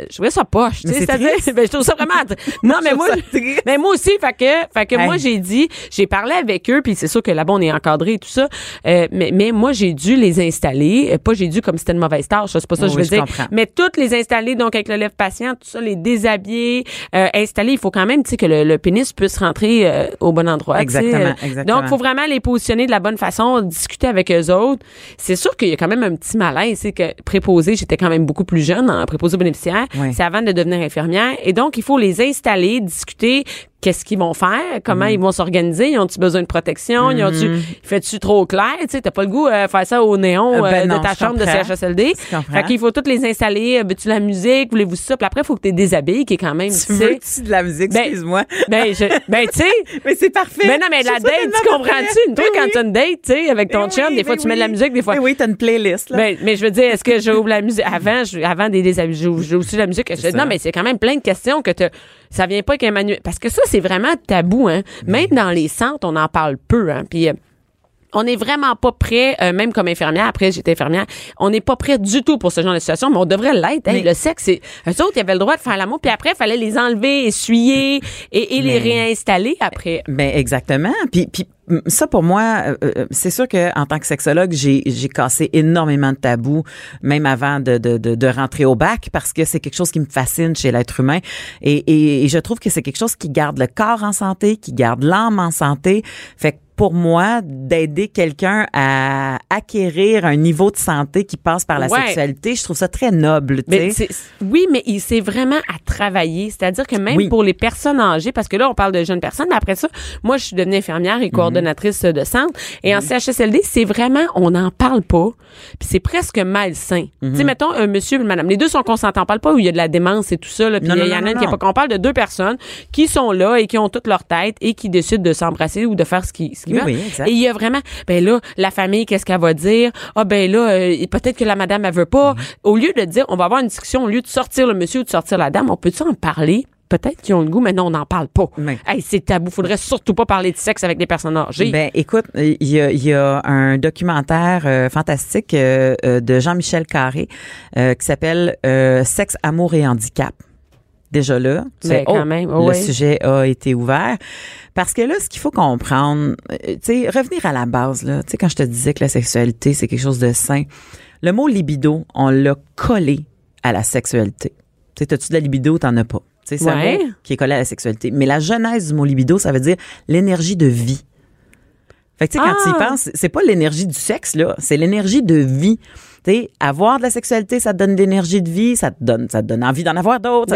[SPEAKER 4] poche. Tu sais, c'est-à-dire, je trouve ça vraiment. Non, mais moi aussi, fait que moi, j'ai parlé avec eux, puis c'est sûr que là-bas, on est encadré et tout ça. Mais moi, j'ai dû les installer. Pas j'ai dû comme si c'était une mauvaise tâche, c'est pas ça que je veux dire. Comprends. Mais toutes les installer, donc avec le lève patient, tout ça, les déshabiller, installer. Il faut quand même, tu sais, que le pénis puisse rentrer au bon endroit.
[SPEAKER 5] Exactement.
[SPEAKER 4] Donc, il faut vraiment les positionner de la bonne façon, discuter avec eux autres. C'est sûr qu'il y a quand même un petit malaise, c'est que préposée, j'étais quand même beaucoup plus jeune, en préposée bénéficiaire, c'est avant de devenir infirmière, et donc il faut les installer, discuter qu'est-ce qu'ils vont faire, comment ils vont s'organiser, ils ont-tu besoin de protection, fait-tu trop clair, tu sais, t'as pas le goût de faire ça au néon de ta chambre de CHSLD. Fait qu'il faut toutes les installer, veux-tu la musique, voulez-vous ça, puis après il faut que tu déshabilles qui est quand même
[SPEAKER 5] veux-tu de la musique, excuse-moi.
[SPEAKER 4] Tu sais,
[SPEAKER 5] mais c'est parfait.
[SPEAKER 4] Mais non, mais la date, tu comprends-tu? Toi, quand tu as une date, tu sais, avec ton chum, des fois tu mets de la musique, des fois.
[SPEAKER 5] Oui, t'as une playlist là.
[SPEAKER 4] Mais je veux dire, est-ce que j'ouvre la musique avant des déshabilles, j'ouvre aussi la musique? Non, mais c'est quand même plein de questions que ça vient pas avec un manuel. Parce que ça, c'est vraiment tabou, hein. Même dans les centres, on en parle peu, hein. Puis, on n'est vraiment pas prêt, même comme infirmière, après j'étais infirmière, on n'est pas prêt du tout pour ce genre de situation, mais on devrait l'être. Hein. Le sexe, eux autres, ils avaient le droit de faire l'amour, puis après, il fallait les enlever, essuyer et les réinstaller après.
[SPEAKER 5] Ben exactement. Puis ça, pour moi, c'est sûr que en tant que sexologue, j'ai cassé énormément de tabous, même avant de rentrer au bac, parce que c'est quelque chose qui me fascine chez l'être humain. Et je trouve que c'est quelque chose qui garde le corps en santé, qui garde l'âme en santé. Fait que pour moi, d'aider quelqu'un à acquérir un niveau de santé qui passe par la sexualité, je trouve ça très noble.
[SPEAKER 4] Oui, mais c'est vraiment à travailler. C'est-à-dire que même pour les personnes âgées, parce que là, on parle de jeunes personnes, mais après ça, moi, je suis devenue infirmière et coordonnatrice de centre. Et en CHSLD, c'est vraiment, on n'en parle pas. Puis c'est presque malsain. Tu sais, mettons, un monsieur et une madame. Les deux sont consentants. On parle pas où il y a de la démence et tout ça. Puis il y en a une qui est pas. On parle de 2 personnes qui sont là et qui ont toute leur tête et qui décident de s'embrasser ou de faire ce qu'ils veulent.
[SPEAKER 5] Oui, exact.
[SPEAKER 4] Et il y a vraiment, ben là, la famille, qu'est-ce qu'elle va dire? Ah, ben là, peut-être que la madame, elle veut pas. Au lieu de dire, on va avoir une discussion, au lieu de sortir le monsieur ou de sortir la dame, on peut-tu en parler? Peut-être qu'ils ont le goût, mais non, on n'en parle pas. Hey, c'est tabou. Faudrait surtout pas parler de sexe avec des personnes âgées.
[SPEAKER 5] Ben, écoute, il y a un documentaire fantastique de Jean-Michel Carré qui s'appelle Sexe, amour et handicap. Déjà là, tu sais, le sujet a été ouvert. Parce que là, ce qu'il faut comprendre, tu sais, revenir à la base, là, tu sais, quand je te disais que la sexualité, c'est quelque chose de sain, le mot libido, on l'a collé à la sexualité. Tu sais, t'as-tu de la libido, t'en as pas. Tu sais, c'est un mot qui est collé à la sexualité. Mais la genèse du mot libido, ça veut dire l'énergie de vie. Fait que, tu sais, quand tu y penses, c'est pas l'énergie du sexe, là, c'est l'énergie de vie. Tu sais, avoir de la sexualité, ça te donne de l'énergie de vie, ça te donne envie d'en avoir d'autres,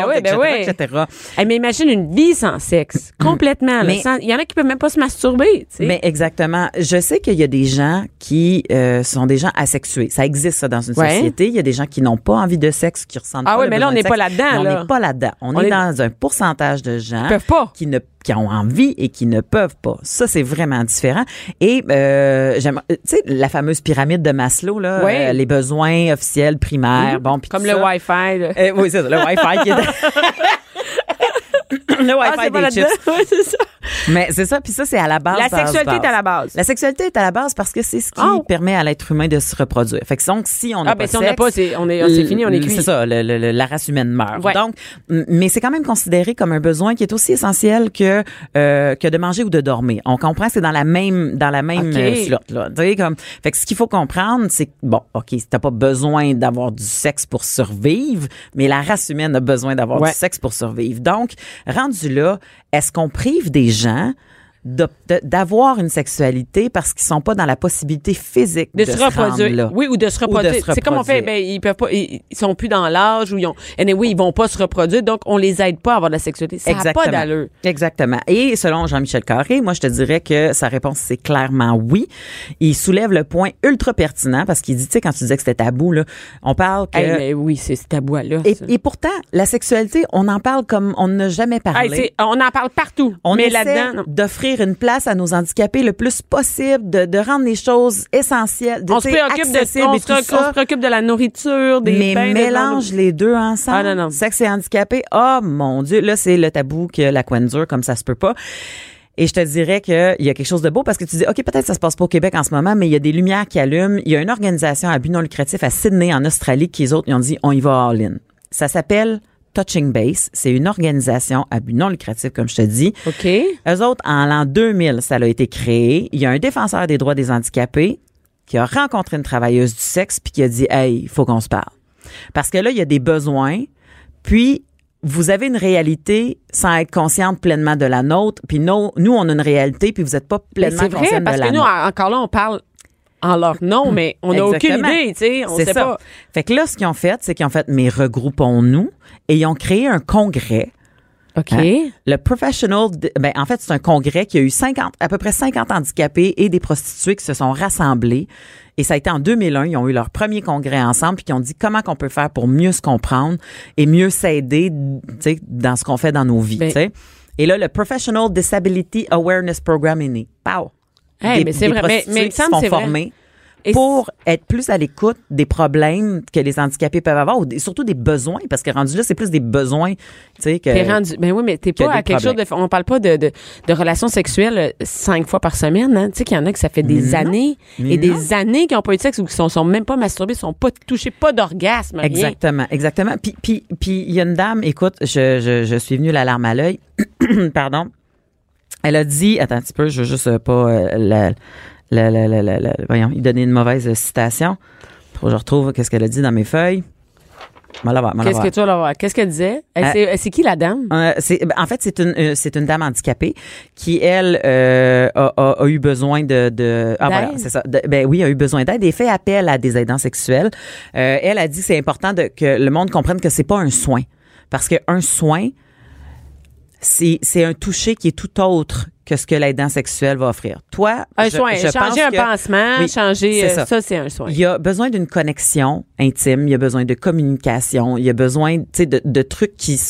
[SPEAKER 5] etc.
[SPEAKER 4] Hey, mais imagine une vie sans sexe, complètement. Il y en a qui peuvent même pas se masturber, tu sais.
[SPEAKER 5] Mais exactement. Je sais qu'il y a des gens qui sont des gens asexués. Ça existe, ça, dans une société. Il y a des gens qui n'ont pas envie de sexe, qui ressentent pas
[SPEAKER 4] mais là, on n'est pas là-dedans,
[SPEAKER 5] là. On n'est pas là-dedans. On est dans un pourcentage de gens
[SPEAKER 4] qui peuvent pas.
[SPEAKER 5] Qui ont envie et qui ne peuvent pas. Ça, c'est vraiment différent. Et tu sais, la fameuse pyramide de Maslow, là, les besoins officiels, primaires, bon, puis
[SPEAKER 4] comme
[SPEAKER 5] tout
[SPEAKER 4] le
[SPEAKER 5] ça.
[SPEAKER 4] Wi-Fi.
[SPEAKER 5] Oui, c'est ça, le Wi-Fi qui est... Le Wi-Fi
[SPEAKER 4] c'est pas
[SPEAKER 5] des chips.
[SPEAKER 4] là-dedans. Ouais, c'est ça.
[SPEAKER 5] Mais c'est ça, puis ça, c'est à la base.
[SPEAKER 4] La sexualité est à la base.
[SPEAKER 5] La sexualité est à la base parce que c'est ce qui permet à l'être humain de se reproduire. Fait que donc, si on n'a pas de
[SPEAKER 4] si on
[SPEAKER 5] sexe,
[SPEAKER 4] n'a pas, c'est fini, on est cuit.
[SPEAKER 5] C'est ça, la race humaine meurt.
[SPEAKER 4] Ouais.
[SPEAKER 5] Donc, mais c'est quand même considéré comme un besoin qui est aussi essentiel que de manger ou de dormir. On comprend que c'est dans la même slot, là. Tu sais, comme, fait que ce qu'il faut comprendre, c'est que, bon, OK, t'as pas besoin d'avoir du sexe pour survivre, mais la race humaine a besoin d'avoir du sexe pour survivre. Donc, rendu là, est-ce qu'on prive des gens d'avoir une sexualité parce qu'ils sont pas dans la possibilité physique de se reproduire là.
[SPEAKER 4] Oui, ou de se reproduire. C'est comme on fait, ils peuvent pas, ils sont plus dans l'âge où ils vont pas se reproduire, donc on les aide pas à avoir de la sexualité. Ça n'a pas d'allure.
[SPEAKER 5] Exactement. Et selon Jean-Michel Carré, moi je te dirais que sa réponse c'est clairement oui. Il soulève le point ultra pertinent parce qu'il dit, tu sais, quand tu disais que c'était tabou là, on parle que
[SPEAKER 4] mais oui, c'est tabou là.
[SPEAKER 5] Et pourtant, la sexualité, on en parle comme on n'a jamais parlé.
[SPEAKER 4] On en parle partout.
[SPEAKER 5] On
[SPEAKER 4] mais
[SPEAKER 5] essaie
[SPEAKER 4] là-dedans,
[SPEAKER 5] d'offrir une place à nos handicapés le plus possible, de rendre les choses essentielles,
[SPEAKER 4] on se préoccupe de la nourriture, des bains.
[SPEAKER 5] Mais mélange les deux ensemble.
[SPEAKER 4] Ah, non.
[SPEAKER 5] Sexe et handicapé. Oh mon Dieu, là c'est le tabou que la Quen dure, comme ça se peut pas. Et je te dirais qu'il y a quelque chose de beau parce que tu dis, OK, peut-être ça se passe pas au Québec en ce moment, mais il y a des lumières qui allument. Il y a une organisation à but non lucratif à Sydney, en Australie, qui les autres, ils ont dit, on y va all-in. Ça s'appelle Touching Base, c'est une organisation à but non lucratif, comme je te dis.
[SPEAKER 4] OK.
[SPEAKER 5] Eux autres, en l'an 2000, ça a été créé. Il y a un défenseur des droits des handicapés qui a rencontré une travailleuse du sexe puis qui a dit, hey, il faut qu'on se parle. Parce que là, il y a des besoins. Puis, vous avez une réalité sans être consciente pleinement de la nôtre. Puis nous, on a une réalité puis vous n'êtes pas pleinement consciente de la nôtre.
[SPEAKER 4] C'est vrai, parce que nous, encore là, on parle en leur nom, mais on n'a aucune idée, tu sais, on sait pas.
[SPEAKER 5] Fait que là, ce qu'ils ont fait, c'est qu'ils ont fait, mais regroupons-nous, et ils ont créé un congrès.
[SPEAKER 4] OK.
[SPEAKER 5] Le Professional, en fait, c'est un congrès qui a eu à peu près 50 handicapés et des prostituées qui se sont rassemblés. Et ça a été en 2001, ils ont eu leur premier congrès ensemble puis qui ont dit comment qu'on peut faire pour mieux se comprendre et mieux s'aider, tu sais, dans ce qu'on fait dans nos vies, tu sais. Et là, le Professional Disability Awareness Program est né. Pow!
[SPEAKER 4] Mais c'est vrai, mais
[SPEAKER 5] qui se font former pour être plus à l'écoute des problèmes que les handicapés peuvent avoir, ou surtout des besoins, parce que rendu là, c'est plus des besoins, tu sais, que...
[SPEAKER 4] T'es rendu, ben oui, mais t'es pas à quelque chose de... On parle pas de relations sexuelles 5 fois par semaine, hein. Tu sais qu'il y en a que ça fait des années et des années qui n'ont pas eu de sexe ou qui sont même pas masturbés, sont pas touchés, pas d'orgasme, rien.
[SPEAKER 5] Exactement. Puis il y a une dame, écoute, je suis venue la larme à l'œil, pardon, elle a dit, attends un petit peu, je veux juste pas voyons, il donnait une mauvaise citation. Faut que je retrouve qu'est-ce qu'elle a dit dans mes feuilles.
[SPEAKER 4] Qu'est-ce que tu vas la voir? Qu'est-ce qu'elle disait? C'est qui la dame?
[SPEAKER 5] En fait, c'est une dame handicapée qui, elle, a eu besoin de voilà, c'est ça. Oui, a eu besoin d'aide et fait appel à des aidants sexuels. Elle a dit que c'est important que le monde comprenne que c'est pas un soin. Parce qu'un soin, c'est un toucher qui est tout autre que ce que l'aidant sexuel va offrir. Toi,
[SPEAKER 4] soin, changer un pansement, changer ça, c'est un soin.
[SPEAKER 5] Il y a besoin d'une connexion intime, il y a besoin de communication, il y a besoin, tu sais, de trucs qui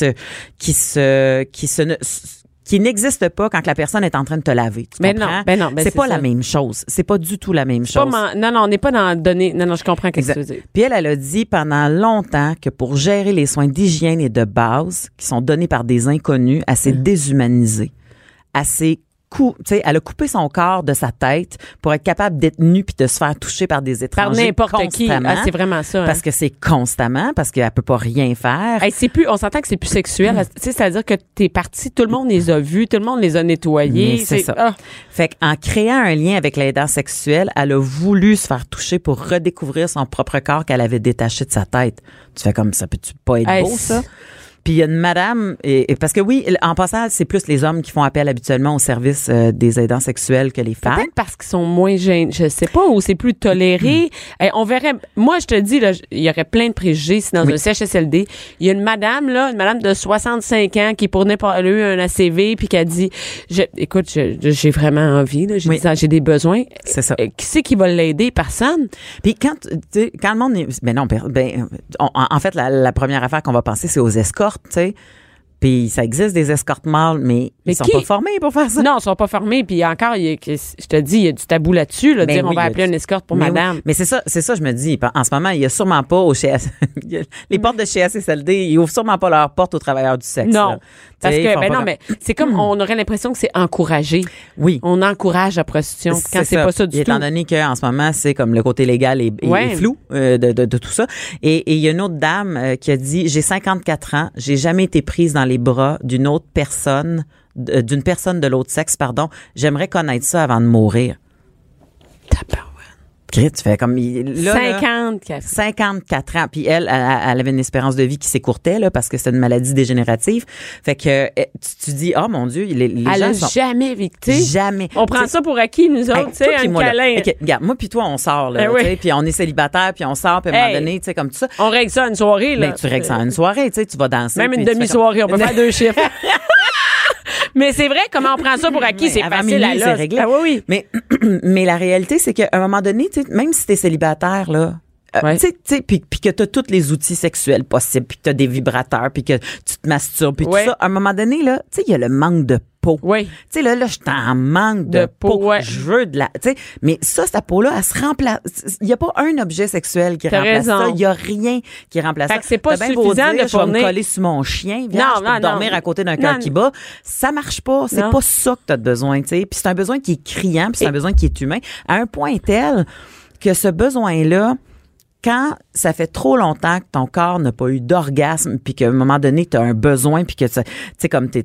[SPEAKER 5] n'existent pas quand la personne est en train de te laver. Tu comprends?
[SPEAKER 4] Non,
[SPEAKER 5] c'est pas la même chose. C'est pas du tout la même chose.
[SPEAKER 4] Non, on n'est pas dans donner. Non, je comprends ce que tu veux dire.
[SPEAKER 5] Puis elle a dit pendant longtemps que pour gérer les soins d'hygiène et de base qui sont donnés par des inconnus, elle s'est déshumanisée. Elle a coupé son corps de sa tête pour être capable d'être nue puis de se faire toucher par des étrangers.
[SPEAKER 4] Par n'importe
[SPEAKER 5] constamment,
[SPEAKER 4] qui. C'est vraiment ça.
[SPEAKER 5] Parce que c'est constamment, parce qu'elle peut pas rien faire.
[SPEAKER 4] On s'entend que c'est plus sexuel. Tu sais, c'est-à-dire que t'es parti, tout le monde les a vus, tout le monde les a nettoyés.
[SPEAKER 5] Mais c'est ça. Fait qu'en créant un lien avec l'aidant sexuel, elle a voulu se faire toucher pour redécouvrir son propre corps qu'elle avait détaché de sa tête. Tu fais comme ça, peut-tu pas être beau, ça? Puis il y a une madame, et parce que oui, en passant, c'est plus les hommes qui font appel habituellement au service des aidants sexuels que les femmes.
[SPEAKER 4] Peut-être parce qu'ils sont moins gênés, je sais pas, ou c'est plus toléré. On verrait, moi je te dis, là, il y aurait plein de préjugés si dans un CHSLD, il y a une madame de 65 ans qui pour n'importe eu un ACV puis qui a dit, écoute, j'ai vraiment envie, là, j'ai des besoins.
[SPEAKER 5] C'est ça.
[SPEAKER 4] Qui c'est qui va l'aider? Personne.
[SPEAKER 5] Puis quand le monde en fait, la première affaire qu'on va penser, c'est aux escortes. Tu sais, Puis ça existe des escortes mâles, mais ils sont pas formés pour faire ça.
[SPEAKER 4] Non, ils sont pas formés. Puis encore, je te dis, il y a du tabou là-dessus, là, dire on va appeler une escorte pour madame.
[SPEAKER 5] Oui. Mais c'est ça, je me dis. En ce moment, il y a sûrement pas au les portes de chez CHSLD, ils ouvrent sûrement pas leurs portes aux travailleurs du sexe.
[SPEAKER 4] Non.
[SPEAKER 5] Là.
[SPEAKER 4] Parce que, mais c'est comme, on aurait l'impression que c'est encouragé.
[SPEAKER 5] Oui.
[SPEAKER 4] On encourage la prostitution quand c'est pas ça du tout.
[SPEAKER 5] Étant donné qu'en ce moment, c'est comme le côté légal est flou de tout ça. Et il y a une autre dame qui a dit, j'ai 54 ans, j'ai jamais été prise dans les bras d'une autre personne, d'une personne de l'autre sexe, pardon. J'aimerais connaître ça avant de mourir. Tu fais comme là, 54 ans, puis elle avait une espérance de vie qui s'écourtait là parce que c'est une maladie dégénérative. Fait que tu dis mon Dieu, les
[SPEAKER 4] elle
[SPEAKER 5] gens
[SPEAKER 4] a
[SPEAKER 5] sont
[SPEAKER 4] jamais vécu.
[SPEAKER 5] Jamais.
[SPEAKER 4] On prend ça pour acquis nous autres, tu sais, un câlin.
[SPEAKER 5] Okay, regarde, moi puis toi on sort là, puis on est célibataire puis on sort puis à un moment donné, tu sais comme tout ça.
[SPEAKER 4] On règle ça une soirée là.
[SPEAKER 5] Mais tu règles ça une soirée, tu sais, tu vas danser.
[SPEAKER 4] Même une demi-soirée, on peut faire 2 chiffres. Mais c'est vrai, comment on prend ça pour acquis, c'est facile à là.
[SPEAKER 5] Ah oui. Mais la réalité, c'est qu'à un moment donné, même si t'es célibataire, là, puis que t'as tous les outils sexuels possibles, puis que t'as des vibrateurs, puis que tu te masturbes, puis tout ça, à un moment donné, là, tu sais, il y a le manque de peau.
[SPEAKER 4] Oui.
[SPEAKER 5] Tu sais, là, je t'en manque de peau. Ouais. Je veux de la, tu sais, mais ça, cette peau-là, elle se remplace. Il y a pas un objet sexuel qui remplace ça. Il y a rien qui remplace ça.
[SPEAKER 4] Fait que c'est pas suffisant de
[SPEAKER 5] je vais me coller sur mon chien, dormir à côté d'un cœur qui bat. Ça marche pas. C'est pas ça que t'as besoin, tu sais. Puis c'est un besoin qui est criant, puis c'est un besoin qui est humain, à un point tel que ce besoin-là, quand ça fait trop longtemps que ton corps n'a pas eu d'orgasme puis qu'à un moment donné tu as un besoin puis que tu sais comme t'es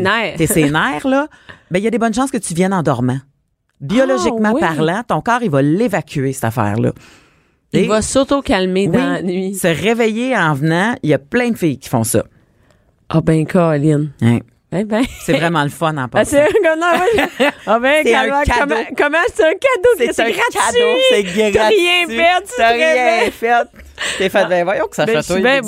[SPEAKER 5] sénère là, ben il y a des bonnes chances que tu viennes en dormant. Biologiquement parlant, ton corps il va l'évacuer cette affaire-là.
[SPEAKER 4] Il va s'auto-calmer dans la nuit.
[SPEAKER 5] Se réveiller en venant, il y a plein de filles qui font ça.
[SPEAKER 4] Ah ben Caroline.
[SPEAKER 5] Hein.
[SPEAKER 4] Ben.
[SPEAKER 5] C'est vraiment le fun en passant.
[SPEAKER 4] C'est un cadeau. Comment c'est un cadeau?
[SPEAKER 5] C'est un cadeau. C'est gratuit.
[SPEAKER 4] T'as rien fait.
[SPEAKER 5] T'as rien fait. T'es fait, ben voyons que ça chatouille.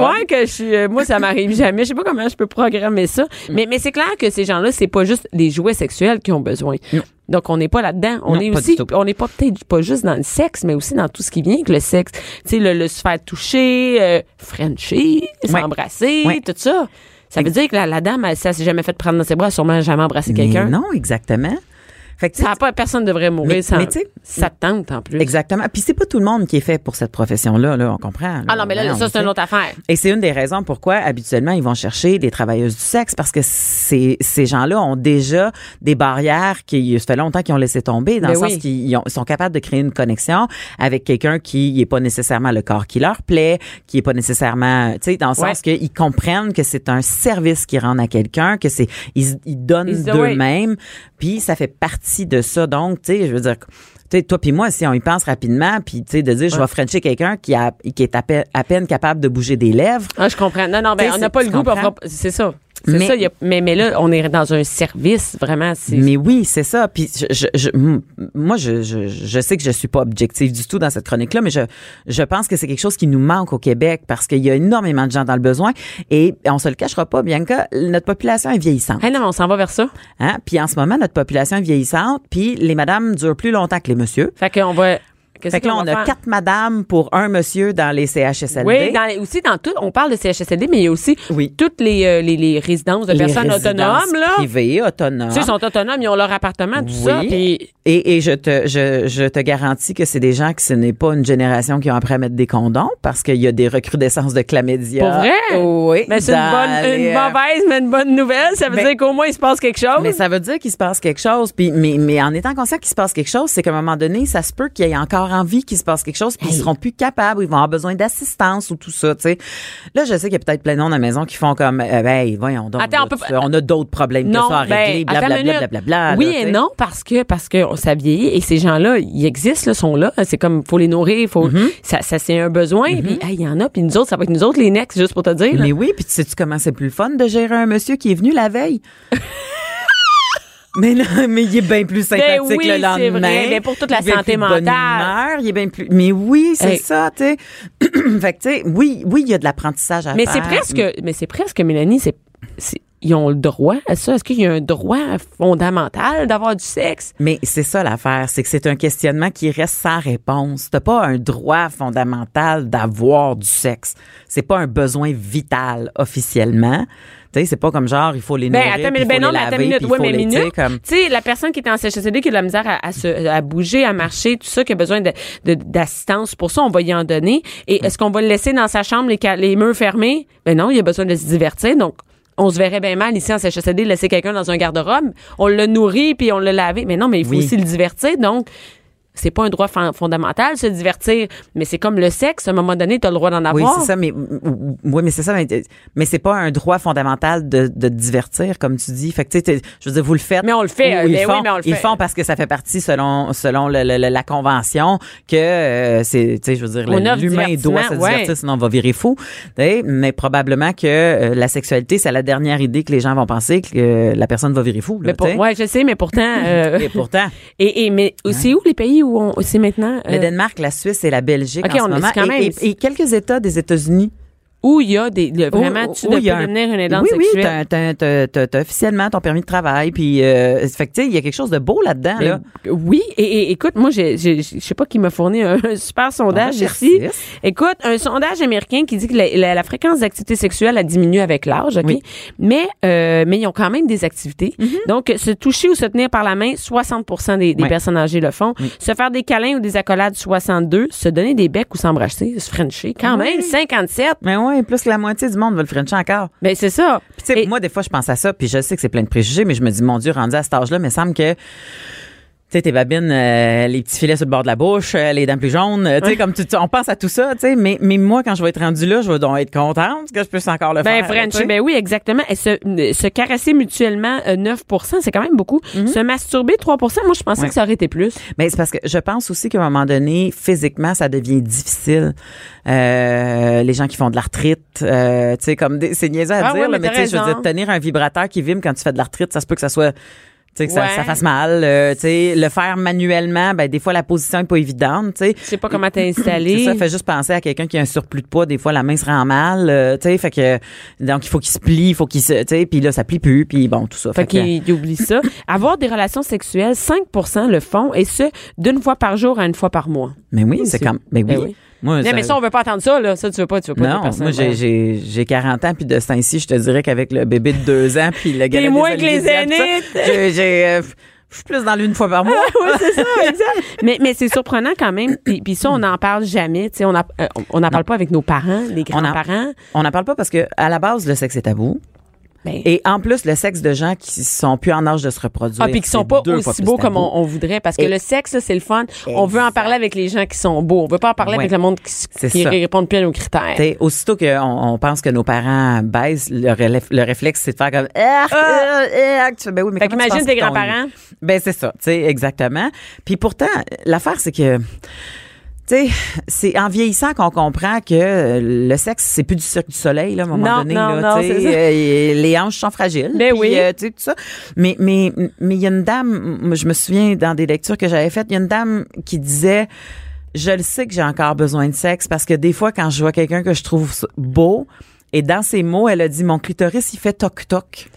[SPEAKER 4] Moi, ça m'arrive jamais. Je sais pas comment je peux programmer ça. Mais c'est clair que ces gens-là, c'est pas juste les jouets sexuels qui ont besoin. Non. Donc, on n'est pas là-dedans. On n'est pas peut-être pas juste dans le sexe, mais aussi dans tout ce qui vient avec le sexe. Tu sais, le se faire toucher, frencher, s'embrasser, tout ça. Ça veut dire que la dame, elle s'est jamais fait prendre dans ses bras, elle a sûrement jamais embrassé quelqu'un.
[SPEAKER 5] Non, exactement. Fait que, personne ne devrait mourir sans ça te tente en plus. Exactement. Puis c'est pas tout le monde qui est fait pour cette profession-là, on comprend.
[SPEAKER 4] Ah non, mais là, ça, c'est une autre affaire.
[SPEAKER 5] Et c'est une des raisons pourquoi, habituellement, ils vont chercher des travailleuses du sexe, parce que ces gens-là ont déjà des barrières qui, ça fait longtemps qu'ils ont laissé tomber, dans le sens qu'ils sont capables de créer une connexion avec quelqu'un qui n'est pas nécessairement le corps qui leur plaît, qui est pas nécessairement, tu sais, dans le sens qu'ils comprennent que c'est un service qu'ils rendent à quelqu'un, que ils donnent d'eux-mêmes, puis ça fait partie de ça. Donc, tu sais, je veux dire, tu sais, toi puis moi, si on y pense rapidement, puis tu sais, de dire, je vais frencher quelqu'un qui est à peine capable de bouger des lèvres.
[SPEAKER 4] Ah, je comprends. Non, ben, on n'a pas le goût. C'est ça. Mais là, on est dans un service, vraiment.
[SPEAKER 5] Mais oui, c'est ça. Puis moi, je sais que je suis pas objective du tout dans cette chronique-là, mais je pense que c'est quelque chose qui nous manque au Québec parce qu'il y a énormément de gens dans le besoin et on se le cachera pas, Bianca, notre population est vieillissante.
[SPEAKER 4] Hey non, on s'en va vers ça.
[SPEAKER 5] Hein? Puis en ce moment, notre population est vieillissante, puis les madames durent plus longtemps que les messieurs.
[SPEAKER 4] Fait qu'on va...
[SPEAKER 5] Fait que là, on a 4 madames pour un monsieur dans les CHSLD.
[SPEAKER 4] Oui, aussi dans tout, on parle de CHSLD, mais il y a aussi toutes les résidences de personnes autonomes, là.
[SPEAKER 5] Privées, autonomes.
[SPEAKER 4] Tu sais, ils sont autonomes, ils ont leur appartement, tout ça. Puis...
[SPEAKER 5] Et je te garantis que c'est des gens que ce n'est pas une génération qui ont appris à mettre des condoms parce qu'il y a des recrudescences de chlamydia.
[SPEAKER 4] Pour vrai?
[SPEAKER 5] Oui.
[SPEAKER 4] Mais c'est une mauvaise, mais une bonne nouvelle. Ça veut dire qu'au moins, il se passe quelque chose.
[SPEAKER 5] Mais ça veut dire qu'il se passe quelque chose. Puis, mais en étant conscient qu'il se passe quelque chose, c'est qu'à un moment donné, ça se peut qu'il y ait encore envie qu'il se passe quelque chose, puis ils seront plus capables, ils vont avoir besoin d'assistance ou tout ça, tu sais. Là, je sais qu'il y a peut-être plein de monde à la maison qui font comme, voyons donc, on a d'autres problèmes que ça à régler, blablabla.
[SPEAKER 4] Oui et non, parce que ça vieillit et ces gens-là, ils existent, là, sont là. C'est comme, faut les nourrir, ça c'est un besoin, puis il y en a, puis nous autres, ça va être nous autres les next, juste pour te dire.
[SPEAKER 5] Mais oui, puis tu sais-tu comment c'est plus le fun de gérer un monsieur qui est venu la veille? Mais non, mais il est bien plus sympathique le lendemain.
[SPEAKER 4] C'est vrai, mais pour toute la santé mentale.
[SPEAKER 5] Bonne humeur, il est bien plus. Mais oui, c'est ça, tu sais. Fait que tu sais, oui, il y a de l'apprentissage à faire.
[SPEAKER 4] Mais c'est presque, Mélanie, il ils ont le droit à ça? Est-ce qu'il y a un droit fondamental d'avoir du sexe?
[SPEAKER 5] Mais c'est ça l'affaire, c'est que c'est un questionnement qui reste sans réponse. T'as pas un droit fondamental d'avoir du sexe. C'est pas un besoin vital officiellement. Tu sais, c'est pas comme genre il faut les nourrir, puis il faut les laver, puis il faut les, tu sais, comme...
[SPEAKER 4] Tu sais, la personne qui est en CHSLD qui a de la misère à bouger, à marcher, tout ça, qui a besoin d'assistance, pour ça on va y en donner. Et est-ce qu'on va le laisser dans sa chambre les murs fermés? Ben non, il a besoin de se divertir, donc on se verrait bien mal ici en CHSLD laisser quelqu'un dans un garde-robe. On l'a nourri puis on l'a lavé. Mais non, mais il faut aussi le divertir. Donc, c'est pas un droit fondamental, se divertir. Mais c'est comme le sexe. À un moment donné, tu as le droit d'en avoir.
[SPEAKER 5] Oui, c'est ça. Mais c'est ça. Mais c'est pas un droit fondamental de divertir, comme tu dis. Fait que, tu sais, je veux dire, vous le faites.
[SPEAKER 4] Mais on le fait.
[SPEAKER 5] Ils le font parce que ça fait partie, selon la convention, que c'est, tu sais, je veux dire, l'humain doit se divertir, sinon on va virer fou. Mais probablement que la sexualité, c'est la dernière idée que les gens vont penser que la personne va virer fou. Là,
[SPEAKER 4] ouais, je sais, mais pourtant.
[SPEAKER 5] Et pourtant.
[SPEAKER 4] Mais c'est où les pays où c'est maintenant?
[SPEAKER 5] Le Danemark, la Suisse et la Belgique
[SPEAKER 4] en ce moment.
[SPEAKER 5] Quand même, et quelques États des États-Unis.
[SPEAKER 4] Où il y a vraiment, tu peux devenir une aidante sexuelle.
[SPEAKER 5] Oui, t'as officiellement ton permis de travail, puis fait que tu sais, il y a quelque chose de beau là-dedans, là.
[SPEAKER 4] Oui, et écoute, moi, je sais pas qui m'a fourni un super sondage ici. Écoute, un sondage américain qui dit que la fréquence d'activité sexuelle a diminué avec l'âge, OK? Oui. Mais ils ont quand même des activités. Mm-hmm. Donc, se toucher ou se tenir par la main, 60% des personnes âgées le font. Oui. Se faire des câlins ou des accolades, 62. Se donner des becs ou s'embrasser, se frencher, quand même, 57.
[SPEAKER 5] Mais ouais, plus que la moitié du monde va le frencher encore.
[SPEAKER 4] Ben c'est ça.
[SPEAKER 5] Puis tu sais, moi des fois je pense à ça, puis je sais que c'est plein de préjugés, mais je me dis mon Dieu, rendu à cet âge-là, il me semble que tu sais, tes babines, les petits filets sur le bord de la bouche, les dents plus jaunes, tu sais, comme on pense à tout ça, tu sais, mais moi, quand je vais être rendue là, je vais donc être contente que je puisse encore le faire.
[SPEAKER 4] French, ben oui, exactement. Et se caresser mutuellement, 9%, c'est quand même beaucoup. Mm-hmm. Se masturber, 3%, moi, je pensais que ça aurait été plus.
[SPEAKER 5] Mais c'est parce que je pense aussi qu'à un moment donné, physiquement, ça devient difficile. Les gens qui font de l'arthrite, tu sais, comme c'est niaiseux à dire, là, mais tu sais, je veux dire, tenir un vibrateur qui vibre quand tu fais de l'arthrite, ça se peut que ça soit... Tu sais, que ça fasse mal. Tu sais, le faire manuellement, ben des fois, la position est pas évidente, tu sais.
[SPEAKER 4] Je sais pas comment t'as installé.
[SPEAKER 5] Ça fait juste penser à quelqu'un qui a un surplus de poids. Des fois, la main se rend mal, tu sais. Fait que, donc, il faut qu'il se plie, il faut qu'il se, tu sais, puis là, ça plie plus, puis bon, tout ça.
[SPEAKER 4] Fait qu'il oublie ça. Avoir des relations sexuelles, 5% le font, et ce, d'une fois par jour à une fois par mois.
[SPEAKER 5] Mais oui, c'est comme, ben oui.
[SPEAKER 4] Moi, mais ça, on veut pas attendre ça, là. Ça, tu veux pas.
[SPEAKER 5] Non, moi, j'ai 40 ans, puis de ce temps-ci, je te dirais qu'avec le bébé de 2 ans, puis le gars
[SPEAKER 4] t'es moins que les aînés.
[SPEAKER 5] Je suis plus dans l'une fois par mois.
[SPEAKER 4] Oui, c'est ça, exact. mais c'est surprenant quand même. Puis ça, on n'en parle jamais. Tu sais, on n'en parle pas avec nos parents, les grands-parents.
[SPEAKER 5] On n'en parle pas parce que à la base, le sexe est tabou. Et en plus, le sexe de gens qui sont plus en âge de se reproduire.
[SPEAKER 4] Ah, puis qui sont pas aussi beaux comme on voudrait. Parce que le sexe, là, c'est le fun. On veut en parler avec les gens qui sont beaux. On veut pas en parler avec le monde qui répondent plus à nos critères.
[SPEAKER 5] Aussitôt qu'on pense que nos parents baissent, le réflexe, c'est de faire comme tu fais, ben oui, mais
[SPEAKER 4] fait qu'imagine tes grands-parents.
[SPEAKER 5] Ben c'est ça, tu sais, exactement. Puis pourtant, l'affaire, c'est que tu sais, c'est en vieillissant qu'on comprend que le sexe, c'est plus du Cirque du Soleil, là, à un moment donné.
[SPEAKER 4] Non,
[SPEAKER 5] tu sais, les hanches sont fragiles.
[SPEAKER 4] Ben oui.
[SPEAKER 5] Tu sais, tout ça. Mais il y a une dame, je me souviens dans des lectures que j'avais faites, il y a une dame qui disait, je le sais que j'ai encore besoin de sexe parce que des fois, quand je vois quelqu'un que je trouve beau, et dans ses mots, elle a dit, mon clitoris, il fait toc-toc.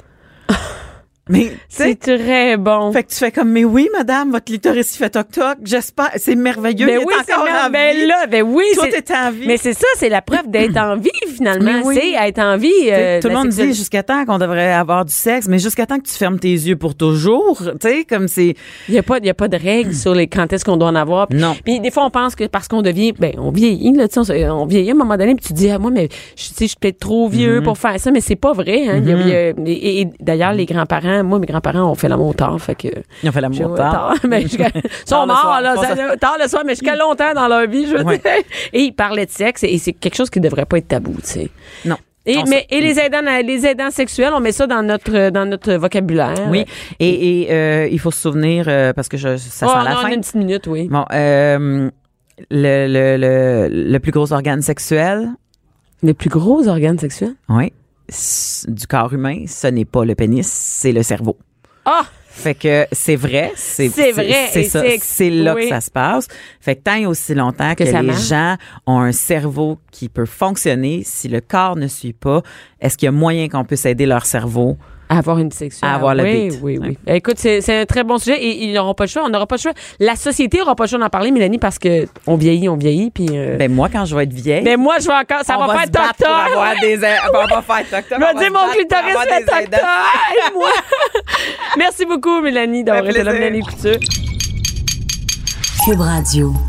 [SPEAKER 5] Mais
[SPEAKER 4] c'est très bon.
[SPEAKER 5] Fait que tu fais comme, mais oui, madame, votre clitoris fait toc-toc. J'espère, c'est merveilleux.
[SPEAKER 4] Ben oui, c'est encore en vie. Ben oui,
[SPEAKER 5] tout est en vie.
[SPEAKER 4] Mais c'est ça, c'est la preuve d'être en vie, finalement. Oui. C'est être en vie.
[SPEAKER 5] Tout le monde dit jusqu'à temps qu'on devrait avoir du sexe, mais jusqu'à temps que tu fermes tes yeux pour toujours, tu sais, comme c'est...
[SPEAKER 4] Il y a pas de règles sur les quand est-ce qu'on doit en avoir.
[SPEAKER 5] Non.
[SPEAKER 4] Puis des fois, on pense que parce qu'on devient, on vieillit, là, tu sais, on vieillit à un moment donné, puis tu te dis, moi, mais je suis peut-être trop vieux pour faire ça, mais c'est pas vrai, hein. Et d'ailleurs, les grands-parents, moi, mes grands-parents ont fait l'amour tard, fait que...
[SPEAKER 5] Ils ont fait l'amour tard.
[SPEAKER 4] Mais ils sont morts, là, tard le soir, mais jusqu'à longtemps dans leur vie, je veux dire. Et ils parlaient de sexe, et c'est quelque chose qui devrait pas être tabou, tu sais.
[SPEAKER 5] Non.
[SPEAKER 4] Et les aidants sexuels, on met ça dans notre vocabulaire.
[SPEAKER 5] Oui. Et il faut se souvenir, parce que ça sent la fin.
[SPEAKER 4] Une petite minute, oui.
[SPEAKER 5] Bon, le plus gros organe sexuel.
[SPEAKER 4] Le plus gros organe sexuel?
[SPEAKER 5] Oui. Du corps humain, ce n'est pas le pénis, c'est le cerveau.
[SPEAKER 4] Ah!
[SPEAKER 5] Fait que c'est vrai. C'est vrai. C'est ça. C'est là que ça se passe. Fait que tant et aussi longtemps que les gens ont un cerveau qui peut fonctionner, si le corps ne suit pas, est-ce qu'il y a moyen qu'on puisse aider leur cerveau
[SPEAKER 4] À avoir une sexuelle.
[SPEAKER 5] À avoir le
[SPEAKER 4] oui,
[SPEAKER 5] date.
[SPEAKER 4] oui, oui.
[SPEAKER 5] Ouais.
[SPEAKER 4] Écoute, c'est un très bon sujet et ils n'auront pas le choix. On n'aura pas le choix. La société n'aura pas le choix d'en parler, Mélanie, parce que on vieillit, puis...
[SPEAKER 5] Ben, moi, quand je vais être vieille.
[SPEAKER 4] Mais moi, je vais encore... Ça
[SPEAKER 5] on
[SPEAKER 4] va faire
[SPEAKER 5] se battre
[SPEAKER 4] toc-toc.
[SPEAKER 5] pour avoir des on va faire toc-toc.
[SPEAKER 4] Je vais dire mon clitoris fait toc-toc. Moi. Merci beaucoup, Mélanie, d'avoir
[SPEAKER 5] Un
[SPEAKER 4] été là,
[SPEAKER 5] plaisir.
[SPEAKER 4] Mélanie Couture.
[SPEAKER 2] Cube Radio.